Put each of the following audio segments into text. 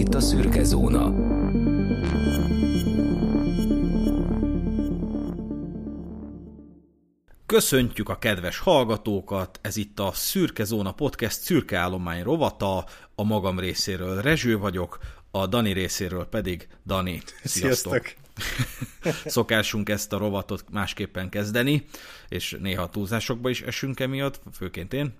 itt a Szürke Zóna. Köszöntjük a kedves hallgatókat, ez itt a Szürke Zóna Podcast szürke állomány rovata, a magam részéről Rezső vagyok, a Dani részéről pedig Dani. Sziasztok! Szokásunk ezt a rovatot másképpen kezdeni, és néha túlzásokba is esünk emiatt, főként én.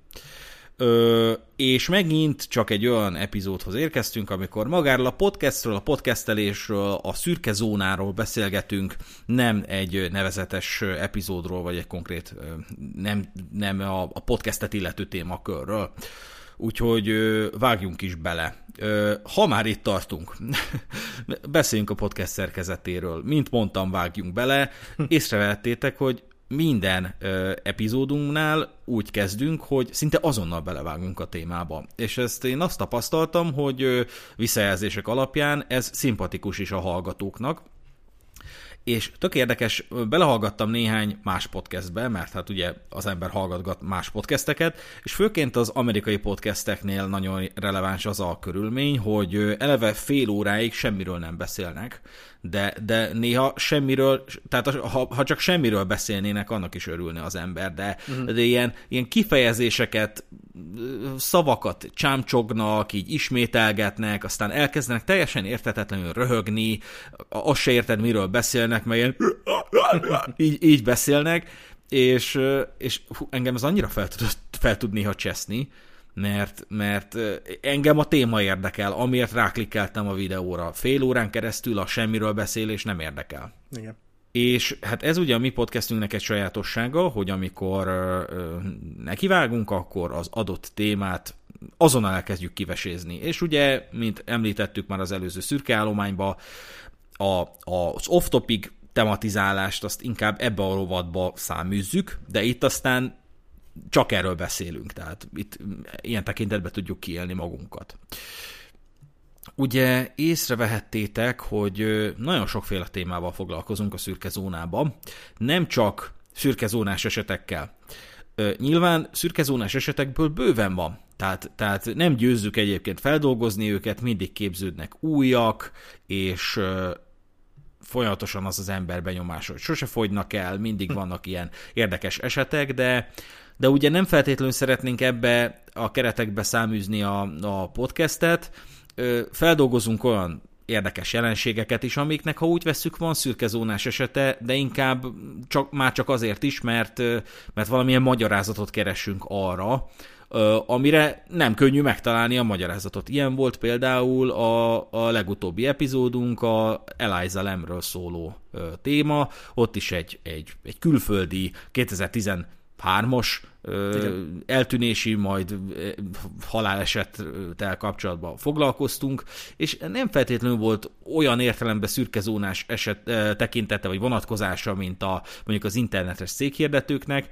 És megint csak egy olyan epizódhoz érkeztünk, amikor magáról a podcastről, a podcastelésről, a szürke zónáról beszélgetünk, nem egy nevezetes epizódról, vagy egy konkrét, nem a podcastet illető témakörről. Úgyhogy vágjunk is bele. Ha már itt tartunk, beszéljünk a podcast szerkezetéről. Mint mondtam, vágjunk bele. Észrevettétek, hogy minden epizódunknál úgy kezdünk, hogy szinte azonnal belevágunk a témába. És ezt én azt tapasztaltam, hogy visszajelzések alapján ez szimpatikus is a hallgatóknak. És tök érdekes, belehallgattam néhány más podcastbe, mert hát ugye az ember hallgatgat más podcasteket, és főként az amerikai podcasteknél nagyon releváns az a körülmény, hogy eleve fél óráig semmiről nem beszélnek, de néha semmiről, tehát ha csak semmiről beszélnének, annak is örülne az ember, de ilyen kifejezéseket, szavakat csámcsognak, így ismételgetnek, aztán elkezdenek teljesen érthetetlenül röhögni, azt se érted, miről beszélnek, meg ilyen így beszélnek, és engem ez annyira fel tud néha cseszni, mert engem a téma érdekel, amiért ráklikkeltem a videóra. Fél órán keresztül a semmiről beszélés nem érdekel. Igen. És hát ez ugye a mi podcastünknek egy sajátossága, hogy amikor nekivágunk, akkor az adott témát azonnal elkezdjük kivesézni. És ugye, mint említettük már az előző szürke állományban, az off-topic tematizálást azt inkább ebbe a rovatba száműzzük, de itt aztán csak erről beszélünk, tehát itt ilyen tekintetben tudjuk kiélni magunkat. Ugye észrevehettétek, hogy nagyon sokféle témával foglalkozunk a szürke zónában, nem csak szürke zónás esetekkel. Nyilván szürke zónás esetekből bőven van, tehát nem győzzük egyébként feldolgozni őket, mindig képződnek újak, és folyamatosan az ember benyomása, hogy sose fogynak el, mindig vannak ilyen érdekes esetek, de ugye nem feltétlenül szeretnénk ebbe a keretekbe száműzni a podcastet, feldolgozunk olyan érdekes jelenségeket is, amiknek, ha úgy vesszük, van szürkezónás esete, de inkább már csak azért is, mert valamilyen magyarázatot keresünk arra, amire nem könnyű megtalálni a magyarázatot. Ilyen volt például a legutóbbi epizódunk, a Eliza Lamről szóló téma, ott is egy külföldi 2013-as eltűnési, majd halálesettel kapcsolatban foglalkoztunk, és nem feltétlenül volt olyan értelemben szürkezónás eset tekintete vagy vonatkozása, mint mondjuk az internetes céghirdetőknek,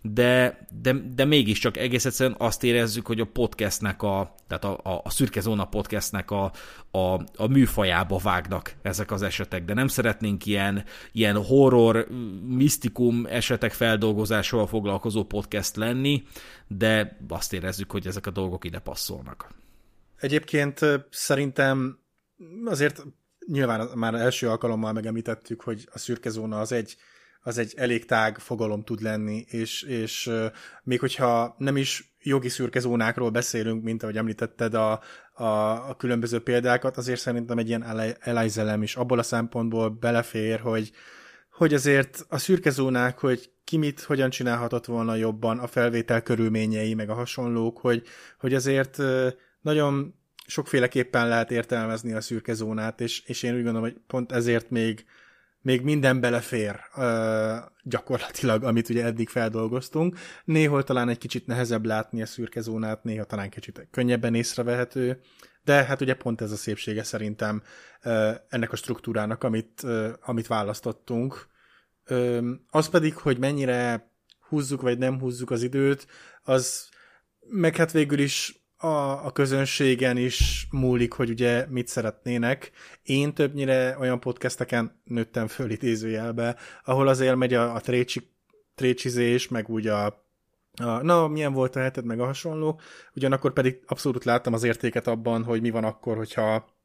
de mégiscsak egész egyszerűen azt érezzük, hogy a podcastnek, tehát a szürkezóna podcastnek a műfajába vágnak ezek az esetek, de nem szeretnénk ilyen horror, misztikum esetek feldolgozásával foglalkozó podcast lenni, de azt érezzük, hogy ezek a dolgok ide passzolnak. Egyébként szerintem azért nyilván már első alkalommal megemlítettük, hogy a szürke zóna az egy elég tág fogalom tud lenni, és még hogyha nem is jogi szürke zónákról beszélünk, mint ahogy említetted a különböző példákat, azért szerintem egy ilyen Eliza Lam is abból a szempontból belefér, hogy azért a szürke zónák, hogy ki mit, hogyan csinálhatott volna jobban, a felvétel körülményei, meg a hasonlók, hogy azért nagyon sokféleképpen lehet értelmezni a szürke zónát, és én úgy gondolom, hogy pont ezért még minden belefér gyakorlatilag, amit ugye eddig feldolgoztunk. Néhol talán egy kicsit nehezebb látni a szürke zónát, néha talán kicsit könnyebben észrevehető, de hát ugye pont ez a szépsége szerintem ennek a struktúrának, amit választottunk. Az pedig, hogy mennyire húzzuk vagy nem húzzuk az időt, az meg hát végül is a közönségen is múlik, hogy ugye mit szeretnének. Én többnyire olyan podcasteken nőttem föl idézőjelbe, ahol azért megy a trécsizés, meg úgy na, milyen volt a heted, meg a hasonló. Ugyanakkor pedig abszolút láttam az értéket abban, hogy mi van akkor, hogyha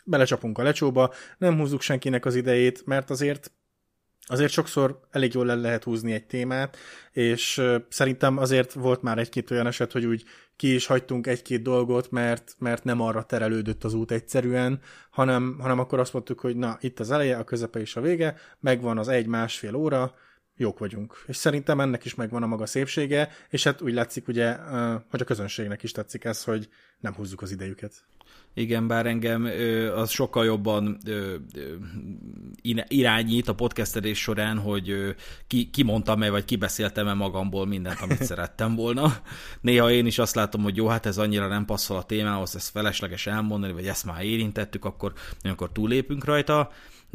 belecsapunk a lecsóba, nem húzzuk senkinek az idejét, mert azért sokszor elég jól el lehet húzni egy témát, és szerintem azért volt már egy-két olyan eset, hogy úgy ki is hagytunk egy-két dolgot, mert nem arra terelődött az út egyszerűen, hanem akkor azt mondtuk, hogy na, itt az eleje, a közepe és a vége, megvan az 1-1,5 óra, jók vagyunk. És szerintem ennek is megvan a maga szépsége, és hát úgy látszik ugye, hogy a közönségnek is tetszik ez, hogy nem húzzuk az idejüket. Igen, bár engem az sokkal jobban irányít a podcastelés során, hogy kimondtam-e, vagy kibeszéltem-e magamból mindent, amit szerettem volna. Néha én is azt látom, hogy jó, hát ez annyira nem passzol a témához, ezt felesleges elmondani, vagy ezt már érintettük, akkor túllépünk rajta.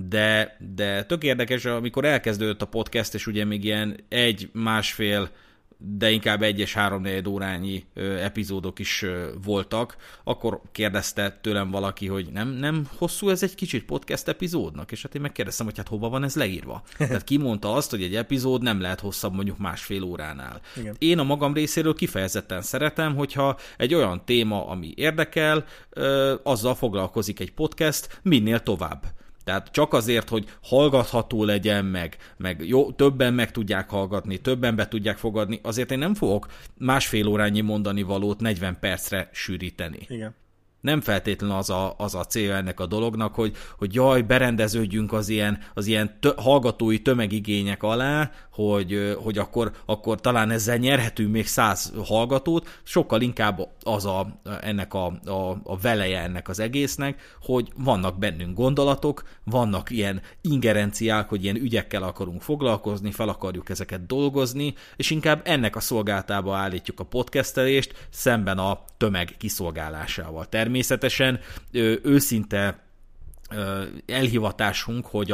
De tök érdekes, amikor elkezdődött a podcast, és ugye még ilyen 1-1,5, de inkább 1 és 3-4 órányi epizódok is voltak, akkor kérdezte tőlem valaki, hogy nem hosszú ez egy kicsit podcast epizódnak? És hát én megkérdeztem, hogy hát hova van ez leírva. Tehát ki mondta azt, hogy egy epizód nem lehet hosszabb mondjuk 1,5 óránál. Igen. Én a magam részéről kifejezetten szeretem, hogyha egy olyan téma, ami érdekel, azzal foglalkozik egy podcast, minél tovább. Tehát csak azért, hogy hallgatható legyen, meg jó, többen meg tudják hallgatni, többen be tudják fogadni, azért én nem fogok 1,5 órányi mondani valót 40 percre sűríteni. Igen. Nem feltétlenül az a célja ennek a dolognak, hogy jaj, berendeződjünk az ilyen hallgatói tömegigények alá, hogy akkor talán ezzel nyerhetünk még 100 hallgatót, sokkal inkább ennek a veleje ennek az egésznek, hogy vannak bennünk gondolatok, vannak ilyen ingerenciák, hogy ilyen ügyekkel akarunk foglalkozni, fel akarjuk ezeket dolgozni, és inkább ennek a szolgáltába állítjuk a podcastelést szemben a tömeg kiszolgálásával. Természetesen őszinte elhivatásunk, hogy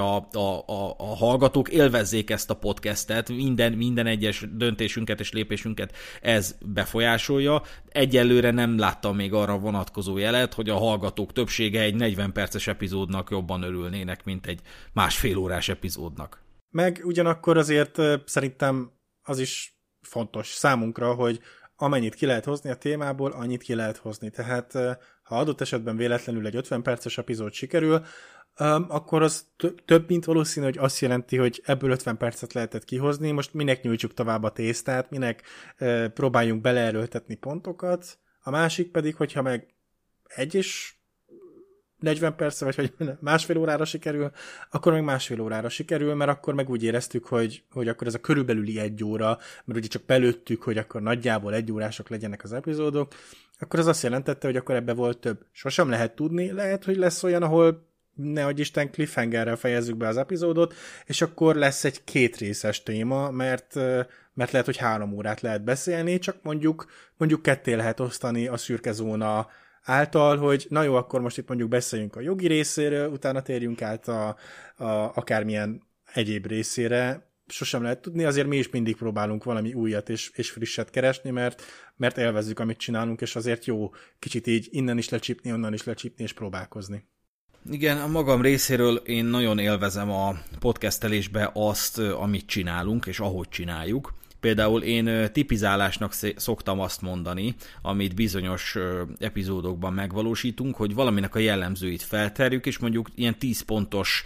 a hallgatók élvezzék ezt a podcastet, minden egyes döntésünket és lépésünket ez befolyásolja. Egyelőre nem láttam még arra vonatkozó jelet, hogy a hallgatók többsége egy 40 perces epizódnak jobban örülnének, mint egy 1,5 órás epizódnak. Meg ugyanakkor azért szerintem az is fontos számunkra, hogy amennyit ki lehet hozni a témából, annyit ki lehet hozni. Tehát ha adott esetben véletlenül egy 50 perces epizód sikerül, akkor az több, mint valószínű, hogy azt jelenti, hogy ebből 50 percet lehetett kihozni, most minek nyújtsuk tovább a tésztát, minek próbáljunk beleerőltetni pontokat, a másik pedig, hogyha meg 1 és 40 percre, vagy 1,5 órára sikerül, akkor meg 1,5 órára sikerül, mert akkor meg úgy éreztük, hogy akkor ez a körülbelüli 1 óra, mert ugye csak belőttük, hogy akkor nagyjából 1 órások legyenek az epizódok, akkor az azt jelentette, hogy akkor ebbe volt több. Sosem lehet tudni, lehet, hogy lesz olyan, ahol ne adj Isten cliffhangerrel fejezzük be az epizódot, és akkor lesz egy 2 részes téma, mert lehet, hogy 3 órát lehet beszélni, csak mondjuk ketté lehet osztani a szürke zóna által, hogy na jó, akkor most itt mondjuk beszéljünk a jogi részéről, utána térjünk át a akármilyen egyéb részére. Sosem lehet tudni, azért mi is mindig próbálunk valami újat és frisset keresni, mert élvezzük, amit csinálunk, és azért jó kicsit így innen is lecsípni, onnan is lecsípni, és próbálkozni. Igen, a magam részéről én nagyon élvezem a podcastelésbe azt, amit csinálunk, és ahogy csináljuk. Például én tipizálásnak szoktam azt mondani, amit bizonyos epizódokban megvalósítunk, hogy valaminek a jellemzőit felterjük, és mondjuk ilyen 10 pontos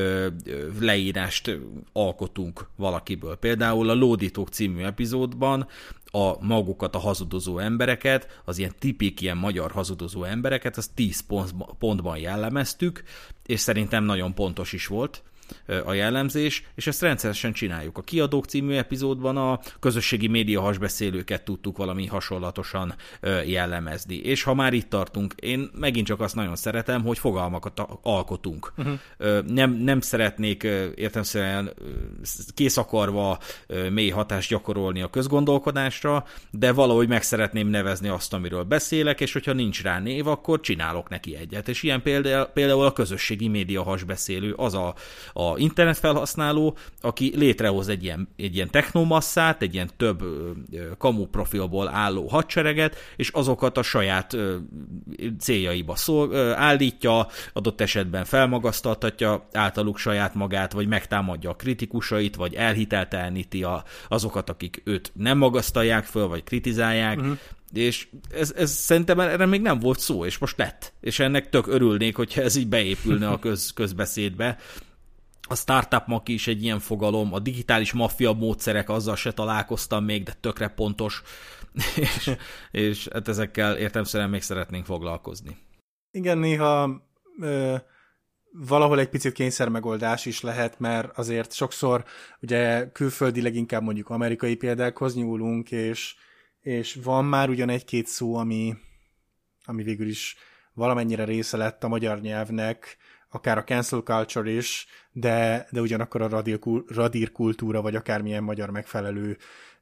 leírást alkotunk valakiből. Például a Lódítók című epizódban magukat a hazudozó embereket, az ilyen tipik ilyen magyar hazudozó embereket, azt 10 pontban jellemeztük, és szerintem nagyon pontos is volt a jellemzés, és ezt rendszeresen csináljuk. A Kiadók című epizódban a közösségi média hasbeszélőket tudtuk valami hasonlatosan jellemezni. És ha már itt tartunk, én megint csak azt nagyon szeretem, hogy fogalmakat alkotunk. Nem szeretnék értelemszerűen kész akarva mély hatást gyakorolni a közgondolkodásra, de valahogy meg szeretném nevezni azt, amiről beszélek, és hogyha nincs rá név, akkor csinálok neki egyet. És ilyen például a közösségi média hasbeszélő, az a internetfelhasználó, aki létrehoz egy ilyen technomasszát, egy ilyen több kamu profilból álló hadsereget, és azokat a saját céljaiba állítja, adott esetben felmagasztathatja általuk saját magát, vagy megtámadja a kritikusait, vagy elhitelteleníti azokat, akik őt nem magasztalják föl, vagy kritizálják. És ez szerintem erre még nem volt szó, és most lett. És ennek tök örülnék, hogyha ez így beépülne a közbeszédbe. A startup maki is egy ilyen fogalom, a digitális maffia módszerek, azzal se találkoztam még, de tökre pontos, és hát ezekkel értelemszerűen még szeretnénk foglalkozni. Igen, néha valahol egy picit kényszermegoldás is lehet, mert azért sokszor ugye külföldileg inkább mondjuk amerikai példákhoz nyúlunk, és van már ugyan egy-két szó, ami végül is valamennyire része lett a magyar nyelvnek, akár a cancel culture is, de ugyanakkor a radír kultúra, vagy akármilyen magyar megfelelő,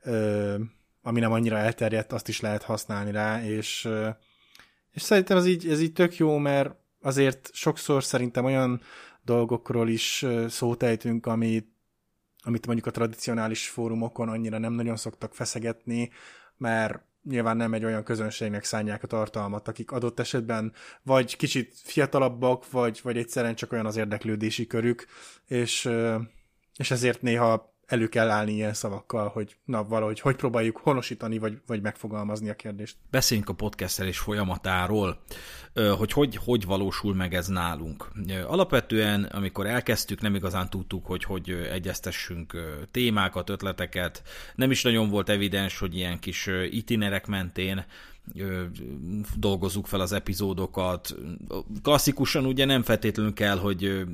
ami nem annyira elterjedt, azt is lehet használni rá, és szerintem ez így tök jó, mert azért sokszor szerintem olyan dolgokról is szót ejtünk, amit mondjuk a tradicionális fórumokon annyira nem nagyon szoktak feszegetni, mert nyilván nem egy olyan közönségnek szánják a tartalmat, akik adott esetben vagy kicsit fiatalabbak, vagy egyszerűen csak olyan az érdeklődési körük, és ezért néha elő kell állni ilyen szavakkal, hogy na valahogy hogy próbáljuk honosítani, vagy megfogalmazni a kérdést. Beszéljünk a podcastelés folyamatáról, hogy valósul meg ez nálunk. Alapvetően, amikor elkezdtük, nem igazán tudtuk, hogy egyeztessünk témákat, ötleteket. Nem is nagyon volt evidens, hogy ilyen kis itinerek mentén dolgozzuk fel az epizódokat. Klasszikusan ugye nem feltétlenül kell, hogy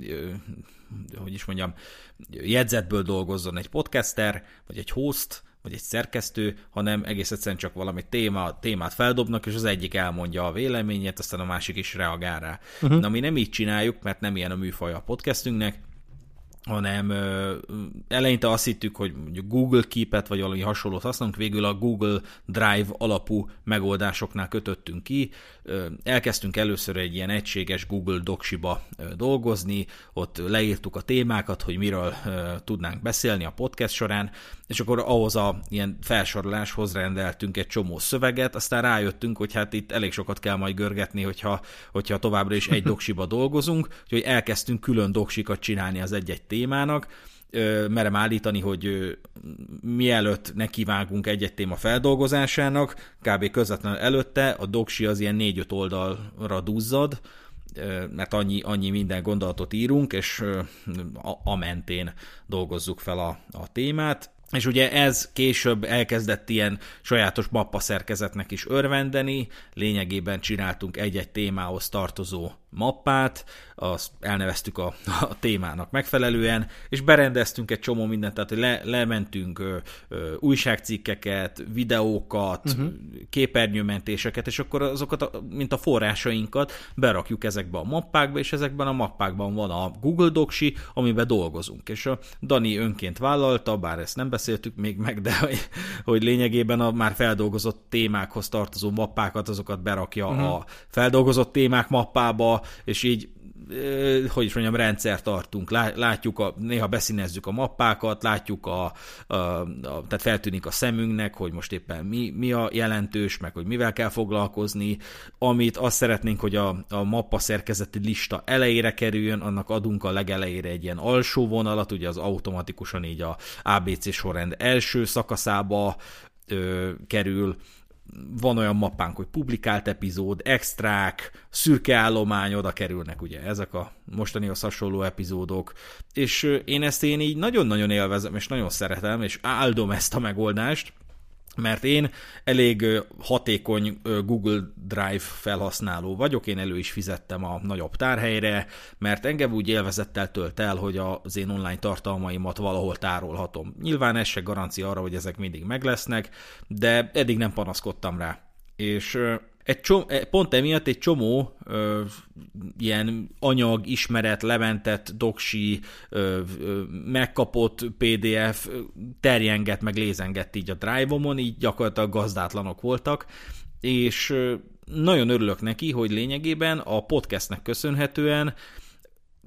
is mondjam, jegyzetből dolgozzon egy podcaster, vagy egy host, vagy egy szerkesztő, hanem egész egyszerűen csak valami témát feldobnak, és az egyik elmondja a véleményét, aztán a másik is reagál rá. Na, mi nem így csináljuk, mert nem ilyen a műfaj a podcastünknek, hanem eleinte azt hittük, hogy mondjuk Google Keep-et vagy valami hasonlót használunk, végül a Google Drive alapú megoldásoknál kötöttünk ki. Elkezdtünk először egy ilyen egységes Google Docsiba dolgozni, ott leírtuk a témákat, hogy miről tudnánk beszélni a podcast során, és akkor ahhoz a ilyen felsoroláshoz rendeltünk egy csomó szöveget, aztán rájöttünk, hogy hát itt elég sokat kell majd görgetni, hogyha továbbra is egy Docsiba dolgozunk, úgyhogy elkezdtünk külön Docsikat csinálni az egy-egy témának. Merem állítani, hogy mielőtt nekivágunk egy-egy téma feldolgozásának, kb. Közvetlenül előtte a Docsi az ilyen 4-5 oldalra duzzad, mert annyi minden gondolatot írunk, és a mentén dolgozzuk fel a témát. És ugye ez később elkezdett ilyen sajátos mappaszerkezetnek is örvendeni, lényegében csináltunk egy-egy témához tartozó mappát, azt elneveztük a témának megfelelően, és berendeztünk egy csomó mindent, tehát hogy lementünk újságcikkeket, videókat, képernyőmentéseket, és akkor azokat, mint a forrásainkat berakjuk ezekbe a mappákba, és ezekben a mappákban van a Google Docsi, amiben dolgozunk. És a Dani önként vállalta, bár ezt nem beszéltük még meg, de hogy lényegében a már feldolgozott témákhoz tartozó mappákat, azokat berakja a feldolgozott témák mappába, és így, hogy is mondjam, rendszer tartunk. Látjuk, néha beszínezzük a mappákat, látjuk, tehát feltűnik a szemünknek, hogy most éppen mi a jelentős, meg hogy mivel kell foglalkozni. Amit azt szeretnénk, hogy a mappa szerkezeti lista elejére kerüljön, annak adunk a legelejére egy ilyen alsó vonalat, ugye az automatikusan így a ABC sorrend első szakaszába kerül. Van olyan mappánk, hogy publikált epizód, extrák, szürke állomány, oda kerülnek ugye ezek a mostanihoz hasonló epizódok, és én így nagyon-nagyon élvezem, és nagyon szeretem, és áldom ezt a megoldást, mert én elég hatékony Google Drive felhasználó vagyok, én elő is fizettem a nagyobb tárhelyre, mert engem úgy élvezettel tölt el, hogy az én online tartalmaimat valahol tárolhatom. Nyilván ez se garancia arra, hogy ezek mindig meglesznek, de eddig nem panaszkodtam rá. És pont emiatt egy csomó ilyen anyag, ismeret, lementett doksi, megkapott PDF terjengett, meg lézengett így a Drive-omon, így gyakorlatilag gazdátlanok voltak, és nagyon örülök neki, hogy lényegében a podcastnek köszönhetően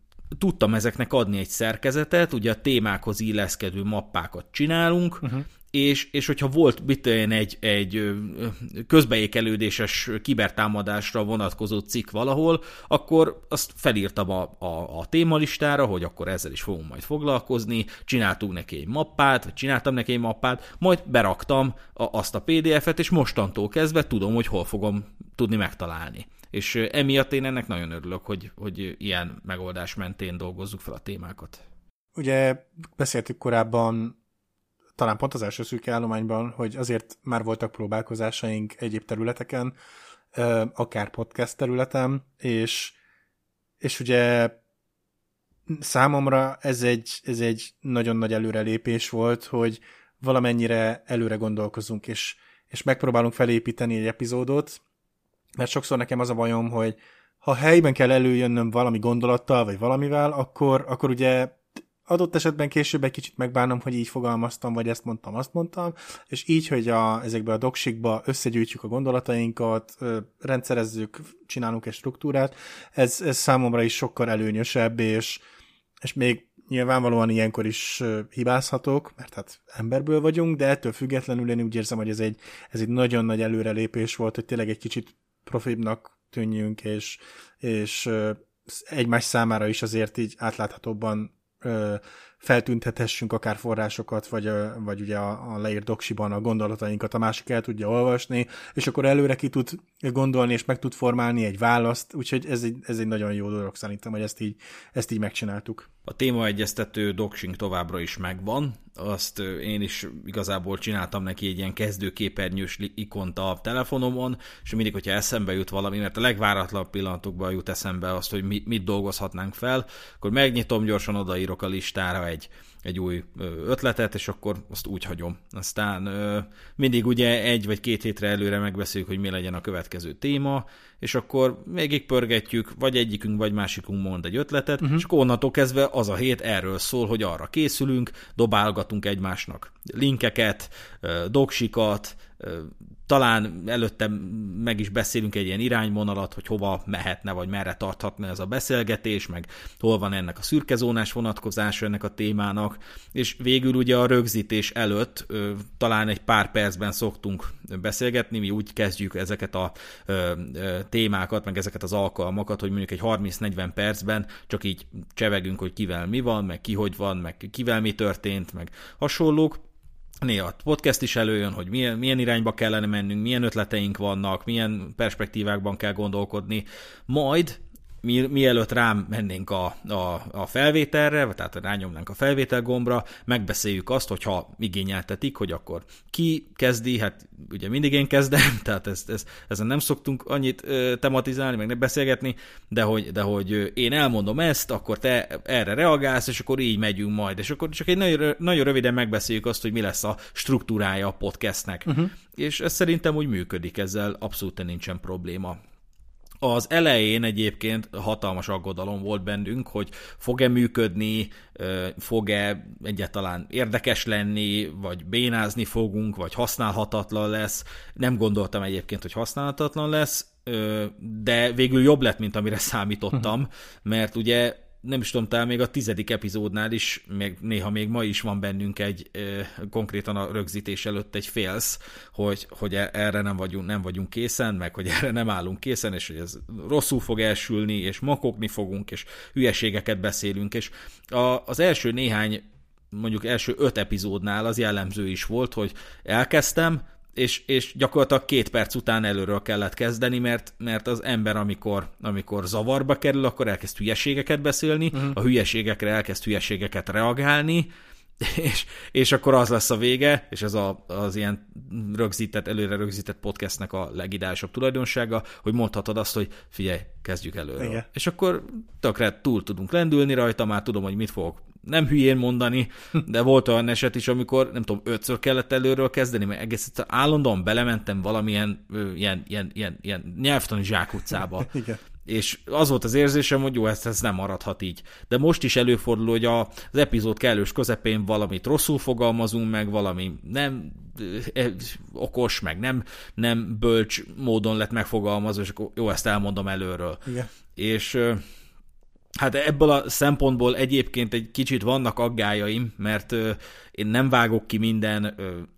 tudtam ezeknek adni egy szerkezetet, ugye a témákhoz illeszkedő mappákat csinálunk, és hogyha volt egy közbeékelődéses kibertámadásra vonatkozó cikk valahol, akkor azt felírtam a témalistára, hogy akkor ezzel is fogunk majd foglalkozni, csináltam neki egy mappát, majd beraktam azt a PDF-et, és mostantól kezdve tudom, hogy hol fogom tudni megtalálni. És emiatt én ennek nagyon örülök, hogy ilyen megoldás mentén dolgozzuk fel a témákat. Ugye beszéltük korábban, talán pont az első szürke állományban, hogy azért már voltak próbálkozásaink egyéb területeken, akár podcast területen, és ugye számomra ez egy nagyon nagy előrelépés volt, hogy valamennyire előre gondolkozunk, és megpróbálunk felépíteni egy epizódot, mert sokszor nekem az a bajom, hogy ha helyben kell előjönnöm valami gondolattal, vagy valamivel, akkor ugye adott esetben később egy kicsit megbánom, hogy így fogalmaztam, vagy ezt mondtam, azt mondtam, és így, hogy ezekbe a doksikba összegyűjtjük a gondolatainkat, rendszerezzük, csinálunk egy struktúrát, ez számomra is sokkal előnyösebb, és még nyilvánvalóan ilyenkor is hibázhatok, mert hát emberből vagyunk, de ettől függetlenül én úgy érzem, hogy ez egy nagyon nagy előrelépés volt, hogy tényleg egy kicsit profibbnak tűnjünk, és egymás számára is azért így átláthatóbban feltüntethessünk akár forrásokat, vagy ugye a leírt doksiban a gondolatainkat a másik el tudja olvasni, és akkor előre ki tud gondolni, és meg tud formálni egy választ, úgyhogy ez egy nagyon jó dolog szerintem, hogy ezt így megcsináltuk. A témaegyeztető doksing továbbra is megvan, azt én is igazából csináltam neki egy ilyen kezdőképernyős ikont a telefonomon, és mindig, hogyha eszembe jut valami, mert a legváratlanabb pillanatokban jut eszembe azt, hogy mit dolgozhatnánk fel, akkor megnyitom, gyorsan odaírok a listára egy új ötletet, és akkor azt úgy hagyom. Aztán mindig ugye 1 vagy 2 hétre előre megbeszéljük, hogy mi legyen a következő téma, és akkor végigpörgetjük, vagy egyikünk, vagy másikunk mond egy ötletet, és akkor onnantól kezdve az a hét erről szól, hogy arra készülünk, dobálgatunk egymásnak linkeket, doksikat, talán előtte meg is beszélünk egy ilyen irányvonalat, hogy hova mehetne, vagy merre tarthatna ez a beszélgetés, meg hol van ennek a szürkezónás vonatkozása ennek a témának, és végül ugye a rögzítés előtt talán egy pár percben szoktunk beszélgetni, mi úgy kezdjük ezeket a témákat, meg ezeket az alkalmakat, hogy mondjuk egy 30-40 percben csak így csevegünk, hogy kivel mi van, meg ki hogy van, meg kivel mi történt, meg hasonlók. Néha podcast is előjön, hogy milyen irányba kellene mennünk, milyen ötleteink vannak, milyen perspektívákban kell gondolkodni, majd mielőtt rám mennénk a felvételre, tehát rányomnánk a felvétel gombra, megbeszéljük azt, hogyha igényeltetik, hogy akkor ki kezdi, hát ugye mindig én kezdem, tehát ezen nem szoktunk annyit tematizálni, meg ne beszélgetni, de hogy én elmondom ezt, akkor te erre reagálsz, és akkor így megyünk majd, és akkor csak egy nagyon röviden megbeszéljük azt, hogy mi lesz a struktúrája a podcastnek. És ez szerintem úgy működik, ezzel abszolút nincsen probléma. Az elején egyébként hatalmas aggodalom volt bennünk, hogy fog-e működni, fog-e egyáltalán érdekes lenni, vagy bénázni fogunk, vagy használhatatlan lesz. Nem gondoltam egyébként, hogy használhatatlan lesz, de végül jobb lett, mint amire számítottam, mert ugye nem is tudom, talán még a 10. epizódnál is, néha még ma is van bennünk konkrétan a rögzítés előtt egy félsz, hogy erre nem vagyunk készen, meg hogy erre nem állunk készen, és hogy ez rosszul fog elsülni, és makogni fogunk, és hülyeségeket beszélünk, és az első mondjuk első 5 epizódnál az jellemző is volt, hogy elkezdtem, és gyakorlatilag 2 perc után előről kellett kezdeni, mert az ember, amikor zavarba kerül, akkor elkezd hülyeségeket beszélni, a hülyeségekre elkezd hülyeségeket reagálni, és akkor az lesz a vége, és ez az ilyen előre rögzített podcastnek a legideálisabb tulajdonsága, hogy mondhatod azt, hogy figyelj, kezdjük előről. Igen. És akkor tökre túl tudunk lendülni rajta, már tudom, hogy mit fogok nem hülyén mondani, de volt olyan eset is, amikor nem tudom, 5-ször kellett előről kezdeni, mert egész állandóan belementem valamilyen ilyen nyelvtani zsákutcába. Igen. És az volt az érzésem, hogy jó, ez nem maradhat így. De most is előfordul, hogy az epizód kellős közepén valamit rosszul fogalmazunk meg, valami nem okos, meg nem bölcs módon lett megfogalmazva, és akkor jó, ezt elmondom előről. Igen. És hát ebből a szempontból egyébként egy kicsit vannak aggájaim, mert én nem vágok ki minden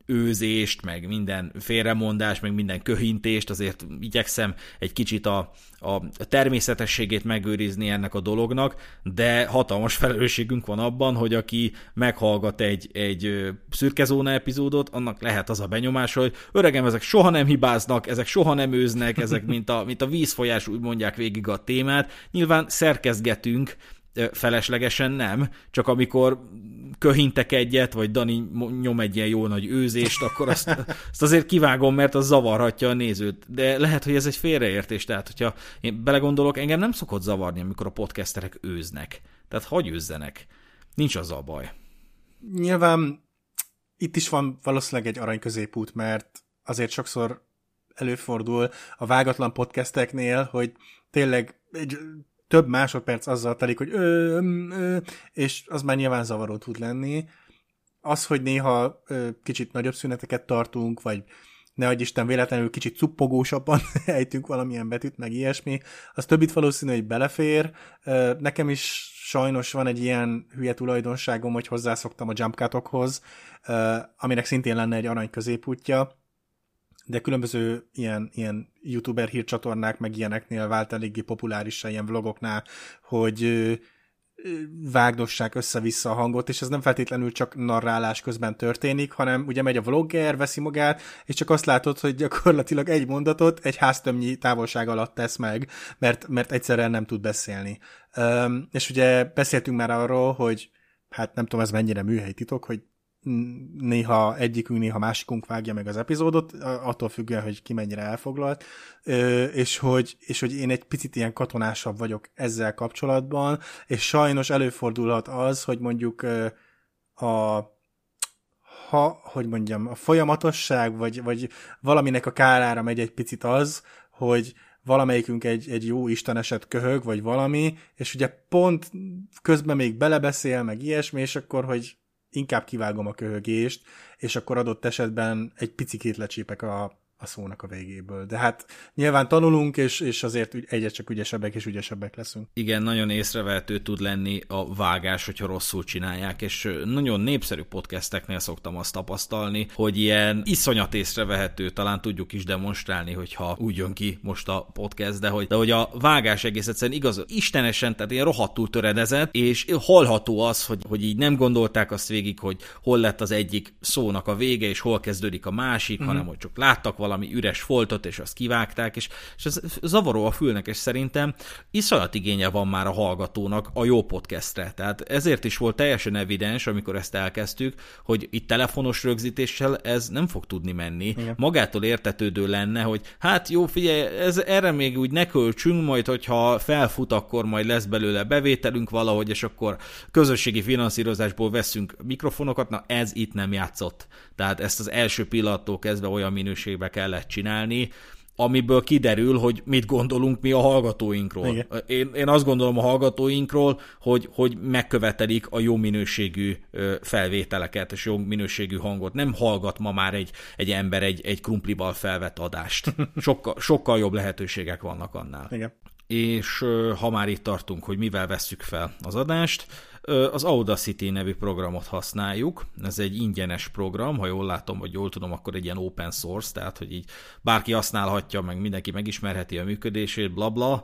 őzést, meg minden félremondás, meg minden köhintést, azért igyekszem egy kicsit a természetességét megőrizni ennek a dolognak, de hatalmas felelősségünk van abban, hogy aki meghallgat egy szürkezóna epizódot, annak lehet az a benyomás, hogy öregem, ezek soha nem hibáznak, ezek soha nem őznek, ezek mint a vízfolyás, úgy mondják végig a témát. Nyilván szerkezgetünk, feleslegesen nem, csak amikor köhintek egyet, vagy Dani nyom egy ilyen jó nagy őzést, akkor azt azért kivágom, mert az zavarhatja a nézőt. De lehet, hogy ez egy félreértés, tehát hogyha én belegondolok, engem nem szokott zavarni, amikor a podcasterek őznek. Tehát hagy őzzenek. Nincs azzal baj. Nyilván itt is van valószínűleg egy arany középút, mert azért sokszor előfordul a vágatlan podcasteknél, hogy tényleg egy több másodperc azzal telik, hogy és az már nyilván zavaró tud lenni. Az, hogy néha kicsit nagyobb szüneteket tartunk, vagy ne adj Isten véletlenül kicsit cuppogósabban ejtünk valamilyen betűt, meg ilyesmi, az többit valószínű, hogy belefér. Nekem is sajnos van egy ilyen hülye tulajdonságom, hogy hozzászoktam a jump cutokhoz, aminek szintén lenne egy arany középútja, de különböző ilyen youtuber hírcsatornák, meg ilyeneknél vált eléggé populárissá, ilyen vlogoknál, hogy vágdossák össze-vissza a hangot, és ez nem feltétlenül csak narrálás közben történik, hanem ugye megy a vlogger, veszi magát, és csak azt látod, hogy gyakorlatilag egy mondatot egy háztömnyi távolság alatt tesz meg, mert egyszerűen nem tud beszélni. És ugye beszéltünk már arról, hogy hát nem tudom, ez mennyire műhelyi titok, hogy néha egyikünk, néha másikunk vágja meg az epizódot, attól függően, hogy ki mennyire elfoglalt, és hogy én egy picit ilyen katonásabb vagyok ezzel kapcsolatban, és sajnos előfordulhat az, hogy mondjuk a folyamatosság, vagy valaminek a kárára megy egy picit az, hogy valamelyikünk egy jó isteneset köhög, vagy valami, és ugye pont közben még belebeszél, meg ilyesmi, és akkor, hogy inkább kivágom a köhögést, és akkor adott esetben egy picikét lecsípek a szónak a végéből. De hát nyilván tanulunk, és azért egyre csak ügyesebbek és ügyesebbek leszünk. Igen, nagyon észrevehető tud lenni a vágás, hogyha rosszul csinálják, és nagyon népszerű podcasteknél szoktam azt tapasztalni, hogy ilyen iszonyat észrevehető, talán tudjuk is demonstrálni, hogyha úgy jön ki most a podcast, de hogy a vágás egész egyszerűen igaz, istenesen, tehát ilyen rohadtul töredezett, és hallható az, hogy így nem gondolták azt végig, hogy hol lett az egyik szónak a vége, és hol kezdődik a másik, hanem hogy csak láttak valami üres foltot, és azt kivágták, és ez zavaró a fülnek, és szerintem iszonyat igénye van már a hallgatónak a jó podcastre. Tehát ezért is volt teljesen evidens, amikor ezt elkezdtük, hogy itt telefonos rögzítéssel ez nem fog tudni menni. Igen. Magától értetődő lenne, hogy hát jó, figyelj, erre még úgy ne költsünk, majd hogyha felfut, akkor majd lesz belőle bevételünk valahogy, és akkor közösségi finanszírozásból veszünk mikrofonokat, na ez itt nem játszott. Tehát ezt az első pillanattól kezdve olyan minőségbe kellett csinálni, amiből kiderül, hogy mit gondolunk mi a hallgatóinkról. Én azt gondolom a hallgatóinkról, hogy megkövetelik a jó minőségű felvételeket, és jó minőségű hangot. Nem hallgat ma már egy ember egy krumplival felvett adást. Sokkal jobb lehetőségek vannak annál. Igen. És ha már itt tartunk, hogy mivel vesszük fel az adást, az Audacity nevű programot használjuk. Ez egy ingyenes program, ha jól látom, vagy jól tudom, akkor egy ilyen open source, tehát hogy így bárki használhatja, meg mindenki megismerheti a működését, blabla.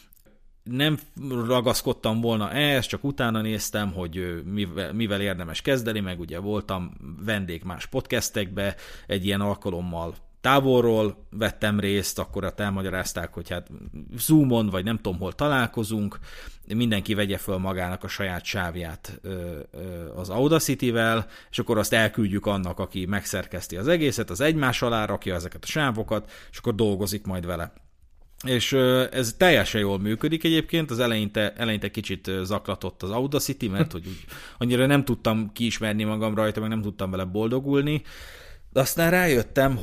Nem ragaszkodtam volna ehhez, csak utána néztem, hogy mivel érdemes kezdeni, meg ugye voltam vendég más podcastekbe, egy ilyen alkalommal távolról vettem részt, akkor ott elmagyarázták, hogy hát Zoomon, vagy nem tudom hol találkozunk, mindenki vegye föl magának a saját sávját az Audacity-vel, és akkor azt elküldjük annak, aki megszerkeszti az egészet, az egymás alá rakja ezeket a sávokat, és akkor dolgozik majd vele. És ez teljesen jól működik egyébként, az eleinte kicsit zaklatott az Audacity, mert hogy úgy annyira nem tudtam kiismerni magam rajta, meg nem tudtam vele boldogulni, de aztán rájöttem,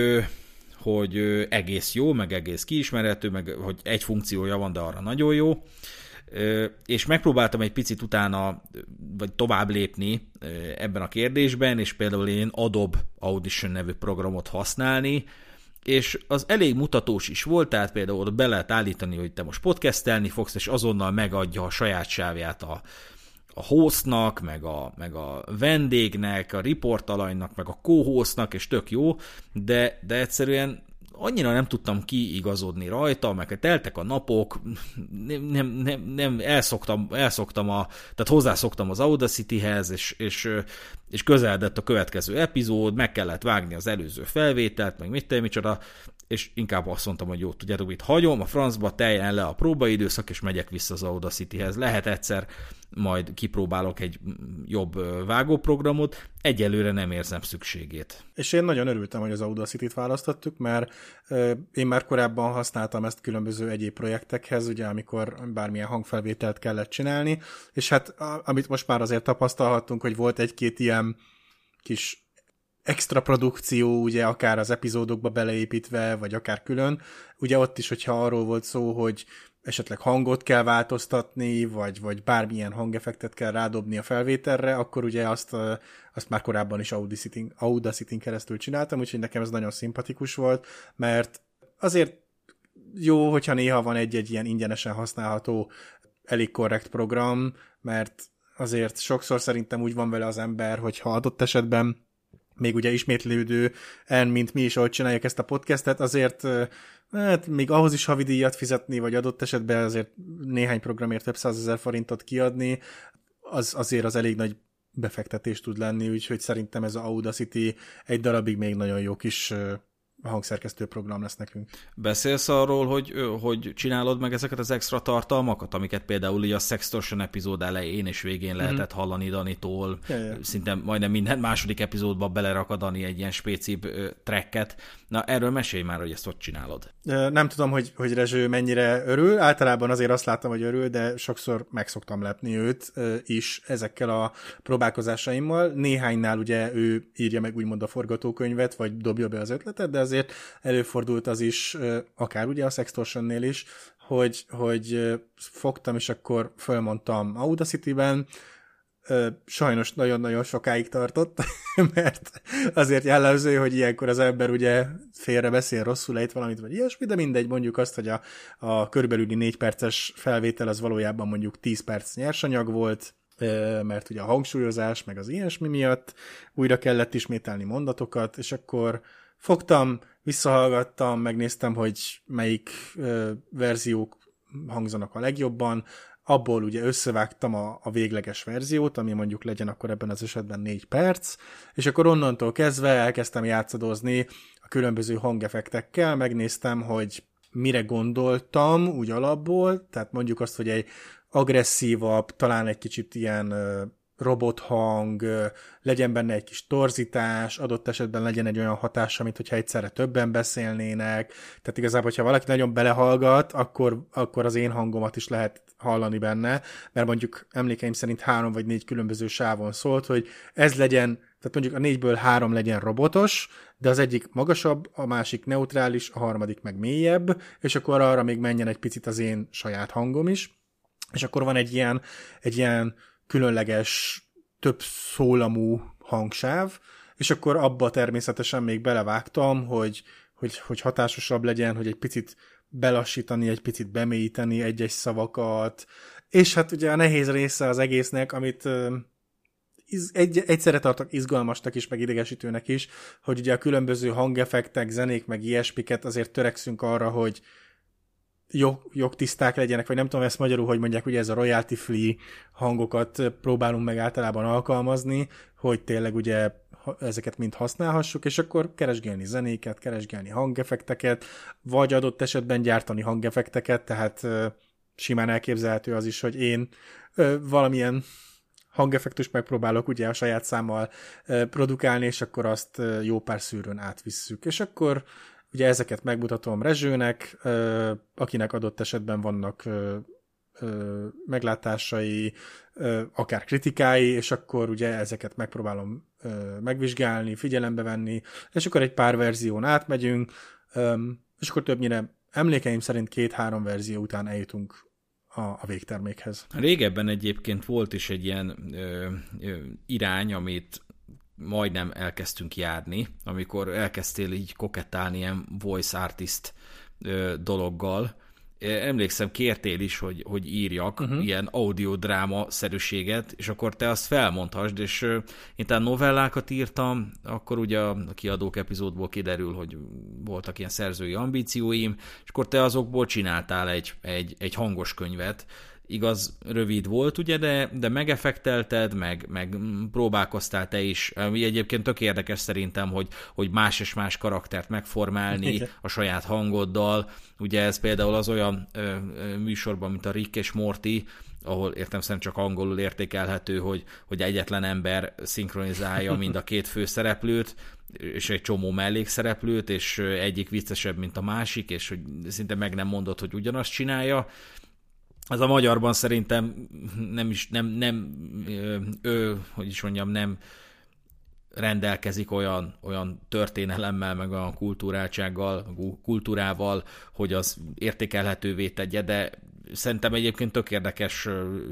hogy egész jó, meg egész kiismerhető, meg hogy egy funkciója van, de arra nagyon jó, és megpróbáltam egy picit utána, vagy tovább lépni ebben a kérdésben, és például én Adobe Audition nevű programot használni, és az elég mutatós is volt, tehát például ott be lehet állítani, hogy te most podcastelni fogsz, és azonnal megadja a saját sávját a hostnak, meg a vendégnek, a riportalanynak, meg a co-hostnak, és tök jó, de egyszerűen annyira nem tudtam kiigazodni rajta, meg teltek a napok, nem elszoktam tehát hozzászoktam az Audacity-hez, és közeledett a következő epizód, meg kellett vágni az előző felvételt, meg micsoda, és inkább azt mondtam, hogy jó, tudjátok, itt hagyom, a francba teljen le a próbaidőszak, és megyek vissza az Audacity-hez. Lehet egyszer majd kipróbálok egy jobb vágóprogramot, egyelőre nem érzem szükségét. És én nagyon örültem, hogy az Audacity-t választottuk, mert én már korábban használtam ezt különböző egyéb projektekhez, ugye, amikor bármilyen hangfelvételt kellett csinálni, és hát amit most már azért tapasztalhattunk, hogy volt egy-két ilyen kis extra produkció, ugye akár az epizódokba beleépítve, vagy akár külön. Ugye ott is, hogyha arról volt szó, hogy esetleg hangot kell változtatni, vagy bármilyen hangeffektet kell rádobni a felvételre, akkor ugye azt már korábban is Audacity-n keresztül csináltam, úgyhogy nekem ez nagyon szimpatikus volt, mert azért jó, hogyha néha van egy ilyen ingyenesen használható, elég korrekt program, mert azért sokszor szerintem úgy van vele az ember, hogyha adott esetben még ugye ismétlődő, mint mi is, ahogy csináljuk ezt a podcastet, azért hát még ahhoz is havidíjat fizetni, vagy adott esetben azért néhány programért több 100 000 forintot kiadni, azért az elég nagy befektetés tud lenni, úgyhogy szerintem ez a Audacity egy darabig még nagyon jó kis hangszerkesztő program lesz nekünk. Beszélsz arról, hogy csinálod meg ezeket az extra tartalmakat, amiket például így a Sextortion epizód elején és végén lehetett hallani Danitól, szinte majdnem minden második epizódban belerakad Dani egy ilyen spécibb tracket. Na, erről mesélj már, hogy ezt hogy csinálod. Nem tudom, hogy Rezső mennyire örül, általában azért azt láttam, hogy örül, de sokszor meg szoktam lepni őt is ezekkel a próbálkozásaimmal. Néhánynál ugye ő írja meg úgymond a forgatókönyvet, vagy dobja be az ötletet, de azért előfordult az is, akár ugye a Sextortionnél is, hogy fogtam, és akkor fölmondtam Audacity-ben. Sajnos nagyon-nagyon sokáig tartott, mert azért jellemző, hogy ilyenkor az ember ugye félre beszél, rosszul ejt valamit, vagy ilyesmi, de mindegy, mondjuk azt, hogy a körülbelüli 4 perces felvétel az valójában mondjuk 10 perc nyersanyag volt, mert ugye a hangsúlyozás, meg az ilyesmi miatt újra kellett ismételni mondatokat, és akkor fogtam, visszahallgattam, megnéztem, hogy melyik verziók hangzanak a legjobban, abból ugye összevágtam a végleges verziót, ami mondjuk legyen akkor ebben az esetben 4 perc, és akkor onnantól kezdve elkezdtem játszadozni a különböző hangeffektekkel, megnéztem, hogy mire gondoltam úgy alapból, tehát mondjuk azt, hogy egy agresszívabb, talán egy kicsit ilyen robothang, legyen benne egy kis torzítás, adott esetben legyen egy olyan hatása, mint hogyha egyszerre többen beszélnének, tehát igazából, hogyha valaki nagyon belehallgat, akkor az én hangomat is lehet hallani benne, mert mondjuk emlékeim szerint 3 vagy 4 különböző sávon szólt, hogy ez legyen, tehát mondjuk a 4-ből 3 legyen robotos, de az egyik magasabb, a másik neutrális, a harmadik meg mélyebb, és akkor arra még menjen egy picit az én saját hangom is, és akkor van egy ilyen különleges, több szólamú hangsáv, és akkor abba természetesen még belevágtam, hogy hatásosabb legyen, hogy egy picit belassítani, egy picit bemélyíteni egy-egy szavakat, és hát ugye a nehéz része az egésznek, amit egyszerre tartok izgalmasnak is, meg idegesítőnek is, hogy ugye a különböző hangeffektek, zenék, meg ilyesmiket azért törekszünk arra, hogy jogtiszták legyenek, vagy nem tudom ezt magyarul, hogy mondják, ugye ez a royalty free hangokat próbálunk meg általában alkalmazni, hogy tényleg ugye ezeket mind használhassuk, és akkor keresgélni zenéket, keresgélni hangeffekteket, vagy adott esetben gyártani hangeffekteket, tehát simán elképzelhető az is, hogy én valamilyen hangeffektust megpróbálok ugye a saját számmal produkálni, és akkor azt jó pár szűrőn átvisszük. És akkor ugye ezeket megmutatom Rezsőnek, akinek adott esetben vannak meglátásai, akár kritikái, és akkor ugye ezeket megpróbálom megvizsgálni, figyelembe venni, és akkor egy pár verzión átmegyünk, és akkor többnyire emlékeim szerint 2-3 verzió után eljutunk a végtermékhez. Régebben egyébként volt is egy ilyen irány, amit majdnem elkezdtünk járni, amikor elkezdtél így kokettálni ilyen voice artist dologgal, emlékszem, kértél is, hogy írjak ilyen audiodráma-szerűséget, és akkor te azt felmondhasd, és én talán novellákat írtam, akkor ugye a Kiadók epizódból kiderül, hogy voltak ilyen szerzői ambícióim, és akkor te azokból csináltál egy hangos könyvet. Igaz, rövid volt, ugye, de megeffektelted, meg próbálkoztál te is. Ami egyébként tök érdekes szerintem, hogy más és más karaktert megformálni igen. A saját hangoddal. Ugye ez például az olyan műsorban, mint a Rick és Morty, ahol értelemszerűen csak angolul értékelhető, hogy egyetlen ember szinkronizálja mind a két főszereplőt, és egy csomó mellékszereplőt, és egyik viccesebb, mint a másik, és hogy szinte meg nem mondod, hogy ugyanazt csinálja. Az a magyarban szerintem nem rendelkezik olyan történelemmel, meg olyan kultúrával, hogy az értékelhetővé tegye, de szerintem egyébként tök érdekes,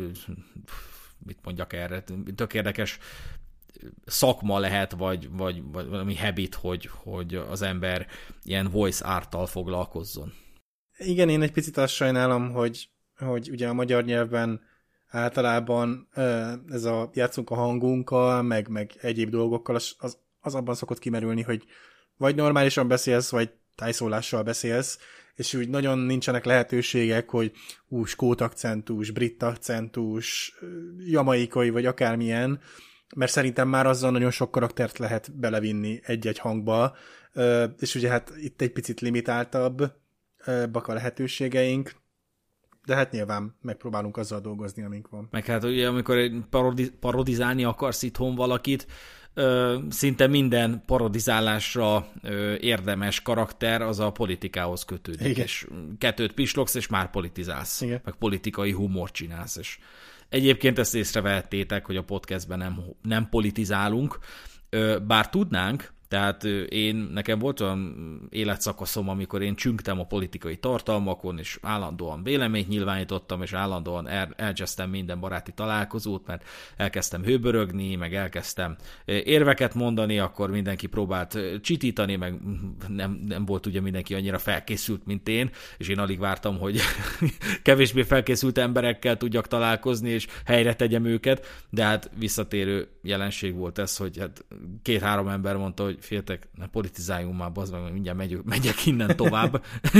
mit mondjak erre, tök érdekes szakma lehet, vagy valami habit, hogy az ember ilyen voice art-tal foglalkozzon. Igen, én egy picit azt sajnálom, hogy ugye a magyar nyelvben általában ez a játszunk a hangunkkal, meg egyéb dolgokkal, az abban szokott kimerülni, hogy vagy normálisan beszélsz, vagy tájszólással beszélsz, és úgy nagyon nincsenek lehetőségek, hogy skót akcentus, brit akcentus, jamaikai, vagy akármilyen, mert szerintem már azzal nagyon sok karaktert lehet belevinni egy-egy hangba, és ugye hát itt egy picit limitáltabbak a lehetőségeink, de hát nyilván megpróbálunk azzal dolgozni, amink van. Meg hát ugye, amikor parodizálni akarsz itthon valakit, szinte minden parodizálásra érdemes karakter az a politikához kötődik. Igen. És kettőt pislogsz, és már politizálsz. Igen. Meg politikai humort csinálsz. És egyébként ezt észrevehettétek, hogy a podcastben nem politizálunk, bár tudnánk. Tehát nekem volt olyan életszakaszom, amikor én csüngtem a politikai tartalmakon, és állandóan véleményt nyilvánítottam, és állandóan elcsesztem minden baráti találkozót, mert elkezdtem hőbörögni, meg elkezdtem érveket mondani, akkor mindenki próbált csitítani, meg nem volt ugye mindenki annyira felkészült, mint én, és én alig vártam, hogy kevésbé felkészült emberekkel tudjak találkozni, és helyre tegyem őket, de hát visszatérő jelenség volt ez, hogy hát 2-3 ember mondta, hogy féltek, ne politizáljunk már, bazd meg, mindjárt megyek innen tovább,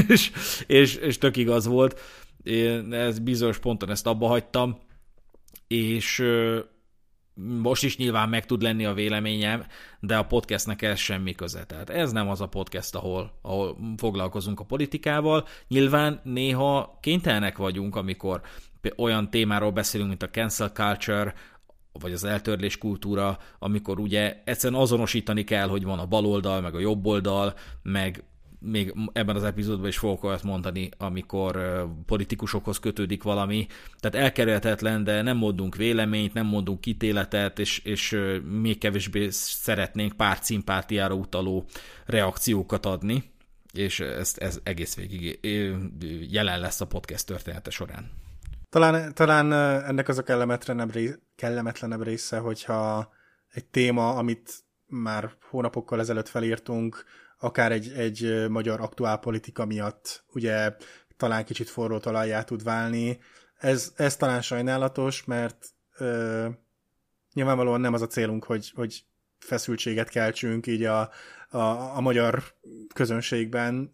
és tök igaz volt. Én ez bizonyos ponton ezt abba hagytam, és most is nyilván meg tud lenni a véleményem, de a podcastnek ez semmi köze. Tehát ez nem az a podcast, ahol foglalkozunk a politikával. Nyilván néha kénytelenek vagyunk, amikor olyan témáról beszélünk, mint a cancel culture, vagy az eltörlés kultúra, amikor ugye egyszerűen azonosítani kell, hogy van a baloldal, meg a jobboldal, meg még ebben az epizódban is fogok olyat mondani, amikor politikusokhoz kötődik valami. Tehát elkerülhetetlen, de nem mondunk véleményt, nem mondunk ítéletet, és még kevésbé szeretnénk párt szimpátiára utaló reakciókat adni, és ez egész végig jelen lesz a podcast története során. Talán ennek az a kellemetlenebb része, hogyha egy téma, amit már hónapokkal ezelőtt felírtunk, akár egy magyar aktuálpolitika miatt ugye talán kicsit forró talajjá tud válni. Ez talán sajnálatos, mert nyilvánvalóan nem az a célunk, hogy feszültséget keltsünk így a magyar közönségben,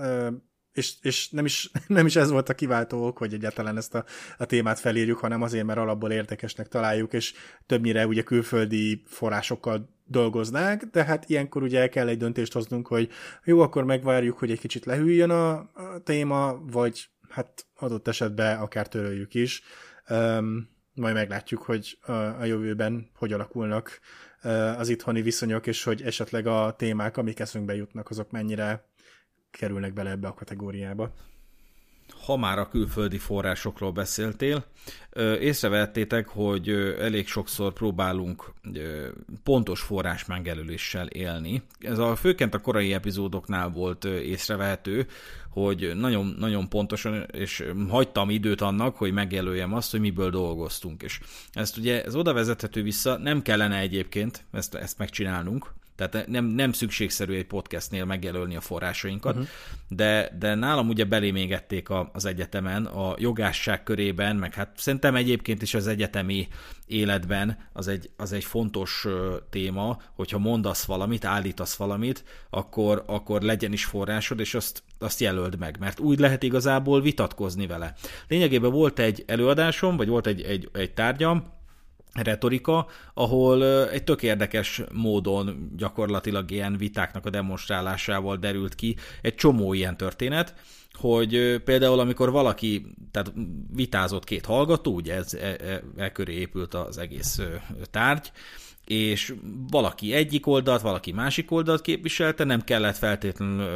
és nem is ez volt a kiváltó ok, hogy egyáltalán ezt a témát felírjuk, hanem azért, mert alapból érdekesnek találjuk, és többnyire ugye külföldi forrásokkal dolgoznánk, de hát ilyenkor ugye kell egy döntést hoznunk, hogy jó, akkor megvárjuk, hogy egy kicsit lehűljön a téma, vagy hát adott esetben akár töröljük is. Majd meglátjuk, hogy a jövőben hogy alakulnak az itthoni viszonyok, és hogy esetleg a témák, amik eszünkbe jutnak, azok mennyire kerülnek bele ebbe a kategóriába. Ha már a külföldi forrásokról beszéltél, észrevettétek, hogy elég sokszor próbálunk pontos forrás megjelöléssel élni. Ez főként a korai epizódoknál volt észrevehető, hogy nagyon, nagyon pontosan, és hagytam időt annak, hogy megjelöljem azt, hogy miből dolgoztunk. És ezt ugye ez oda vezethető vissza, nem kellene egyébként ezt megcsinálnunk, Tehát nem szükségszerű egy podcastnél megjelölni a forrásainkat, de nálam ugye belém égették az egyetemen, a jogásság körében, meg hát szerintem egyébként is az egyetemi életben az egy fontos téma, hogyha mondasz valamit, állítasz valamit, akkor legyen is forrásod, és azt jelöld meg, mert úgy lehet igazából vitatkozni vele. Lényegében volt egy előadásom, vagy volt egy tárgyam, retorika, ahol egy tök érdekes módon gyakorlatilag ilyen vitáknak a demonstrálásával derült ki egy csomó ilyen történet, hogy például amikor valaki, tehát vitázott két hallgató, ugye e köré épült az egész tárgy, és valaki egyik oldalt, valaki másik oldalt képviselte, nem kellett feltétlenül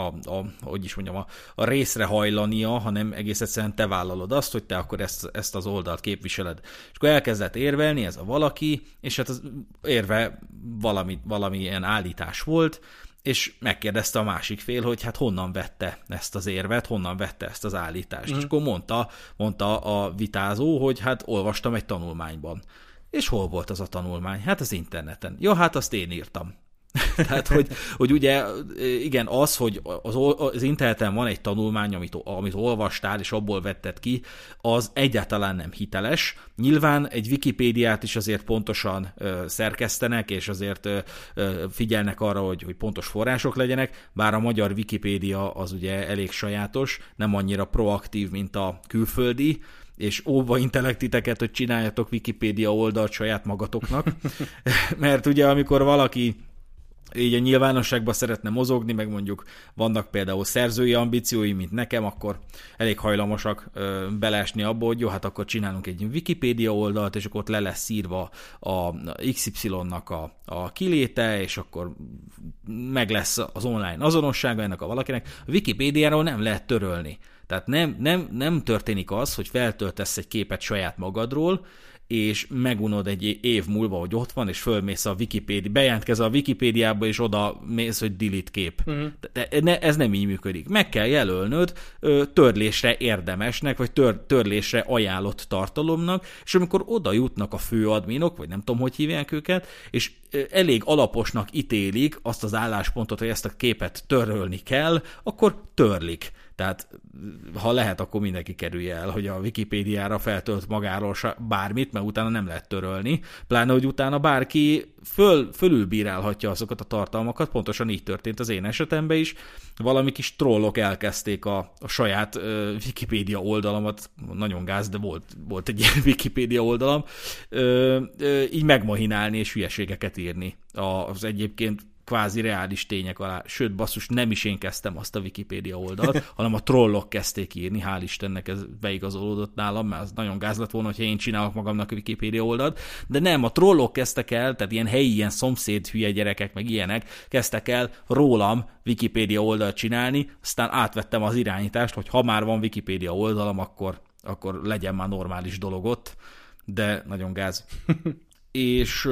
a részre hajlania, hanem egész egyszerűen te vállalod azt, hogy te akkor ezt az oldalt képviseled. És akkor elkezdett érvelni ez a valaki, és hát az érve valamilyen állítás volt, és megkérdezte a másik fél, hogy hát honnan vette ezt az érvet, honnan vette ezt az állítást. És akkor mondta a vitázó, hogy hát olvastam egy tanulmányban. És hol volt az a tanulmány? Hát az interneten. Ja, hát azt én írtam. Tehát, hogy ugye, igen, az, hogy az interneten van egy tanulmány, amit olvastál, és abból vetted ki, az egyáltalán nem hiteles. Nyilván egy Wikipédiát is azért pontosan szerkesztenek, és azért figyelnek arra, hogy pontos források legyenek, bár a magyar Wikipédia az ugye elég sajátos, nem annyira proaktív, mint a külföldi, és óva intellektiteket, hogy csináljatok Wikipédia oldalt saját magatoknak, mert ugye amikor valaki így a nyilvánosságban szeretne mozogni, meg mondjuk vannak például szerzői ambíciói, mint nekem, akkor elég hajlamosak beleesni abba, hogy jó, hát akkor csinálunk egy Wikipédia oldalt, és akkor ott le lesz írva a XY-nak a kiléte, és akkor meg lesz az online azonossága ennek a valakinek. A Wikipédiáról nem lehet törölni. Tehát nem történik az, hogy feltöltesz egy képet saját magadról, és megunod egy év múlva, hogy ott van, és fölmész a bejelentkezel a Wikipédiába, és oda mész, hogy delete kép. De ez nem így működik. Meg kell jelölnöd törlésre érdemesnek, vagy törlésre ajánlott tartalomnak, és amikor oda jutnak a főadminok, vagy nem tudom, hogy hívják őket, és elég alaposnak ítélik azt az álláspontot, hogy ezt a képet törölni kell, akkor törlik. Tehát ha lehet, akkor mindenki kerülje el, hogy a Wikipédiára feltölt magáról bármit, mert utána nem lehet törölni, pláne, hogy utána bárki fölülbírálhatja azokat a tartalmakat, pontosan így történt az én esetemben is. Valami kis trollok elkezdték a saját Wikipédia oldalamat, nagyon gáz, de volt egy ilyen Wikipédia oldalam, így megmahinálni és hülyeségeket írni az egyébként kvázi reális tények alá. Sőt, basszus, nem is én kezdtem azt a Wikipédia oldalt, hanem a trollok kezdték írni, hál' Istennek ez beigazolódott nálam, mert az nagyon gáz lett volna, hogyha én csinálok magamnak a Wikipédia oldalt, de nem, a trollok kezdtek el, tehát ilyen helyi, ilyen szomszéd hülye gyerekek, meg ilyenek, kezdtek el rólam Wikipédia oldalt csinálni, aztán átvettem az irányítást, hogy ha már van Wikipédia oldalam, akkor legyen már normális dolog ott, de nagyon gáz. És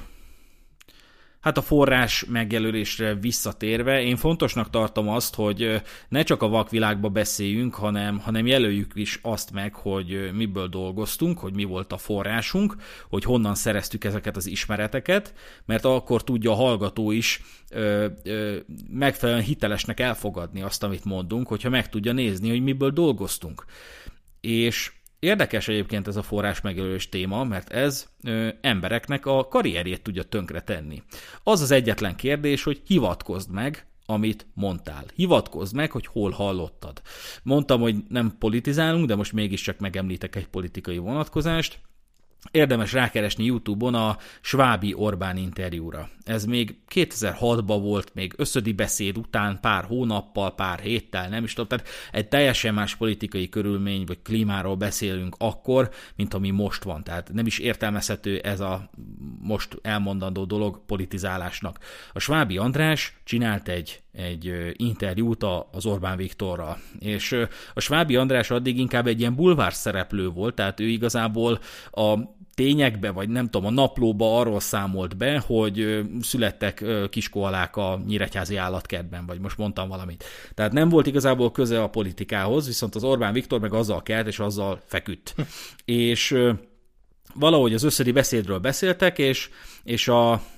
hát a forrás megjelölésre visszatérve, én fontosnak tartom azt, hogy ne csak a vakvilágba beszéljünk, hanem jelöljük is azt meg, hogy miből dolgoztunk, hogy mi volt a forrásunk, hogy honnan szereztük ezeket az ismereteket, mert akkor tudja a hallgató is megfelelően hitelesnek elfogadni azt, amit mondunk, hogyha meg tudja nézni, hogy miből dolgoztunk. És érdekes egyébként ez a forrás megjelölés téma, mert ez embereknek a karrierjét tudja tönkre tenni. Az az egyetlen kérdés, hogy hivatkozd meg, amit mondtál. Hivatkozd meg, hogy hol hallottad. Mondtam, hogy nem politizálunk, de most mégiscsak megemlítek egy politikai vonatkozást. Érdemes rákeresni YouTube-on a Svábi Orbán interjúra. Ez még 2006-ban volt, még összödi beszéd után pár hónappal, pár héttel, nem is tudom, tehát egy teljesen más politikai körülmény vagy klímáról beszélünk akkor, mint ami most van. Tehát nem is értelmezhető ez a most elmondandó dolog politizálásnak. A Svábi András csinált egy interjút az Orbán Viktorral, és a Svábi András addig inkább egy ilyen bulvár szereplő volt, tehát ő igazából a tényekbe, vagy nem tudom, a naplóba arról számolt be, hogy születtek kiskoalák a nyíregyházi állatkertben, vagy most mondtam valamit. Tehát nem volt igazából köze a politikához, viszont az Orbán Viktor meg azzal kelt, és azzal feküdt. És valahogy az összödi beszédről beszéltek, és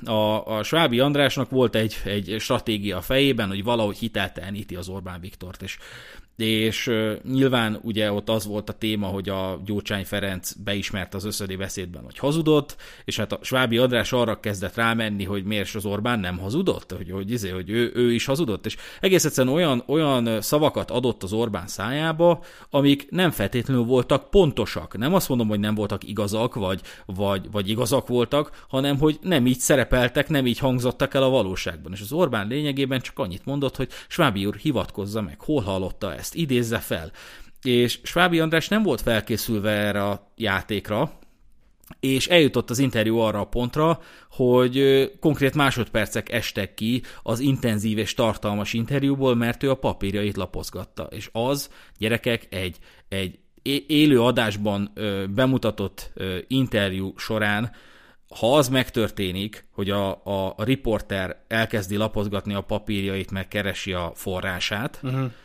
a Svábi Andrásnak volt egy stratégia a fejében, hogy valahogy hitelteleníti az Orbán Viktort, és nyilván ugye ott az volt a téma, hogy a Gyurcsány Ferenc beismerte az összödi beszédben, hogy hazudott, és hát a Svábi András arra kezdett rámenni, hogy miért az Orbán nem hazudott, hogy ő is hazudott, és egész egyszerűen olyan szavakat adott az Orbán szájába, amik nem feltétlenül voltak pontosak. Nem azt mondom, hogy nem voltak igazak, vagy igazak voltak, hanem hogy nem így szerepeltek, nem így hangzottak el a valóságban. És az Orbán lényegében csak annyit mondott, hogy Svábi úr hivatkozza meg, hol hallotta ezt, idézze fel. És Svábi András nem volt felkészülve erre a játékra, és eljutott az interjú arra a pontra, hogy konkrét másodpercek estek ki az intenzív és tartalmas interjúból, mert ő a papírjait lapozgatta. És az, gyerekek, egy élő adásban bemutatott interjú során, ha az megtörténik, hogy a riporter elkezdi lapozgatni a papírjait, meg keresi a forrását,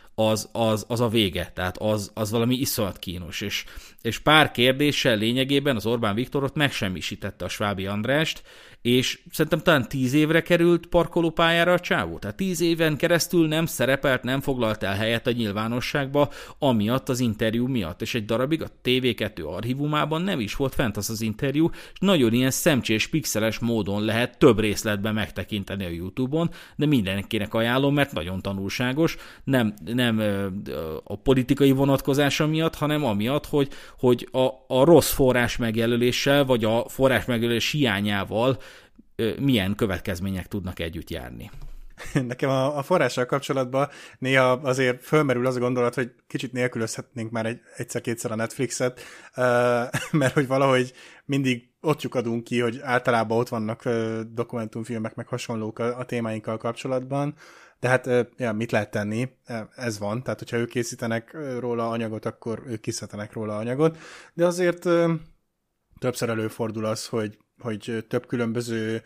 az a vége, tehát az valami iszonyat kínos, és pár kérdéssel lényegében az Orbán Viktorot megsemmisítette a Svábi Andrást, és szerintem talán 10 évre került parkolópályára a csávó. Tehát 10 éven keresztül nem szerepelt, nem foglalt el helyet a nyilvánosságba, amiatt az interjú miatt. És egy darabig a TV2 archívumában nem is volt fent az interjú, és nagyon ilyen szemcsés, pixeles módon lehet több részletben megtekinteni a YouTube-on, de mindenkinek ajánlom, mert nagyon tanulságos, nem a politikai vonatkozása miatt, hanem amiatt, hogy a rossz forrás megjelöléssel, vagy a forrás megjelölés hiányával milyen következmények tudnak együtt járni. Nekem a forrással kapcsolatban néha azért fölmerül az a gondolat, hogy kicsit nélkülözhetnénk már egyszer-kétszer a Netflixet, mert hogy valahogy mindig ott lyukadunk ki, hogy általában ott vannak dokumentumfilmek, meg hasonlók a témáinkkal kapcsolatban, de hát mit lehet tenni? Ez van, tehát hogyha ők készítenek róla anyagot, akkor ők készítenek róla anyagot, de azért többször előfordul az, hogy több különböző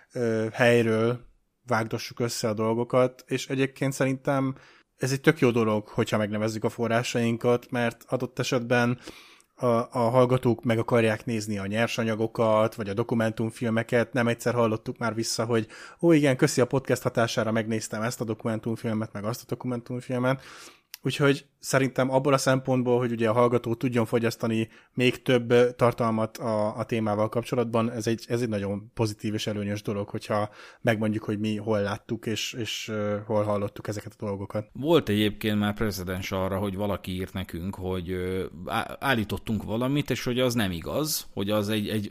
helyről vágdossuk össze a dolgokat, és egyébként szerintem ez egy tök jó dolog, hogyha megnevezzük a forrásainkat, mert adott esetben a hallgatók meg akarják nézni a nyersanyagokat, vagy a dokumentumfilmeket. Nem egyszer hallottuk már vissza, hogy igen, köszi a podcast hatására megnéztem ezt a dokumentumfilmet, meg azt a dokumentumfilmet. Úgyhogy szerintem abból a szempontból, hogy ugye a hallgató tudjon fogyasztani még több tartalmat a témával kapcsolatban, ez egy nagyon pozitív és előnyös dolog, hogyha megmondjuk, hogy mi hol láttuk és hol hallottuk ezeket a dolgokat. Volt egyébként már precedens arra, hogy valaki írt nekünk, hogy állítottunk valamit, és hogy az nem igaz, hogy az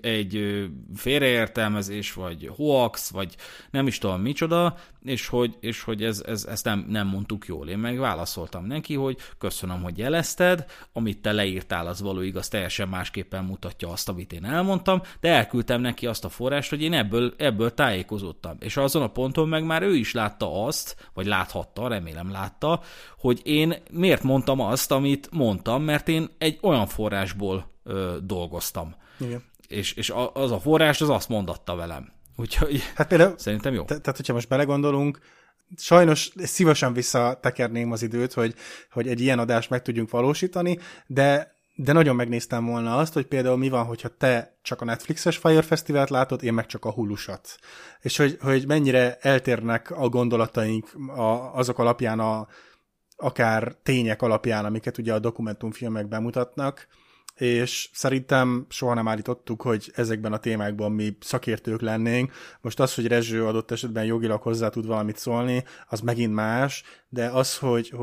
egy félreértelmezés, vagy hoax, vagy nem is tudom micsoda, és hogy ezt nem mondtuk jól. Én meg válaszoltam neki, hogy köszönöm, hogy jelezted, amit te leírtál, az való igaz, teljesen másképpen mutatja azt, amit én elmondtam, de elküldtem neki azt a forrást, hogy én ebből tájékozódtam. És azon a ponton meg már ő is látta azt, vagy láthatta, remélem látta, hogy én miért mondtam azt, amit mondtam, mert én egy olyan forrásból dolgoztam. Igen. És az a forrás az azt mondatta velem. Úgyhogy hát például, szerintem jó. Tehát, hogyha most belegondolunk, sajnos szívesen visszatekerném az időt, hogy egy ilyen adást meg tudjunk valósítani, de nagyon megnéztem volna azt, hogy például mi van, hogyha te csak a Netflixes Fire Fesztivált látod, én meg csak a Hulusat. És hogy mennyire eltérnek a gondolataink azok alapján, akár tények alapján, amiket ugye a dokumentumfilmek bemutatnak, és szerintem soha nem állítottuk, hogy ezekben a témákban mi szakértők lennénk. Most az, hogy Rezső adott esetben jogilag hozzá tud valamit szólni, az megint más, de az, hogy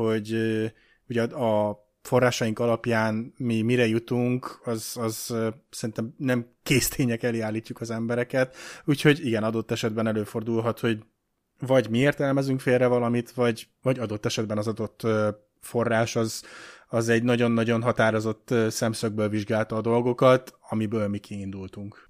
ugye a forrásaink alapján mi mire jutunk, az szerintem nem késztények elé állítjuk az embereket. Úgyhogy igen, adott esetben előfordulhat, hogy vagy mi értelmezünk félre valamit, vagy adott esetben az adott forrás az egy nagyon-nagyon határozott szemszögből vizsgálta a dolgokat, amiből mi kiindultunk.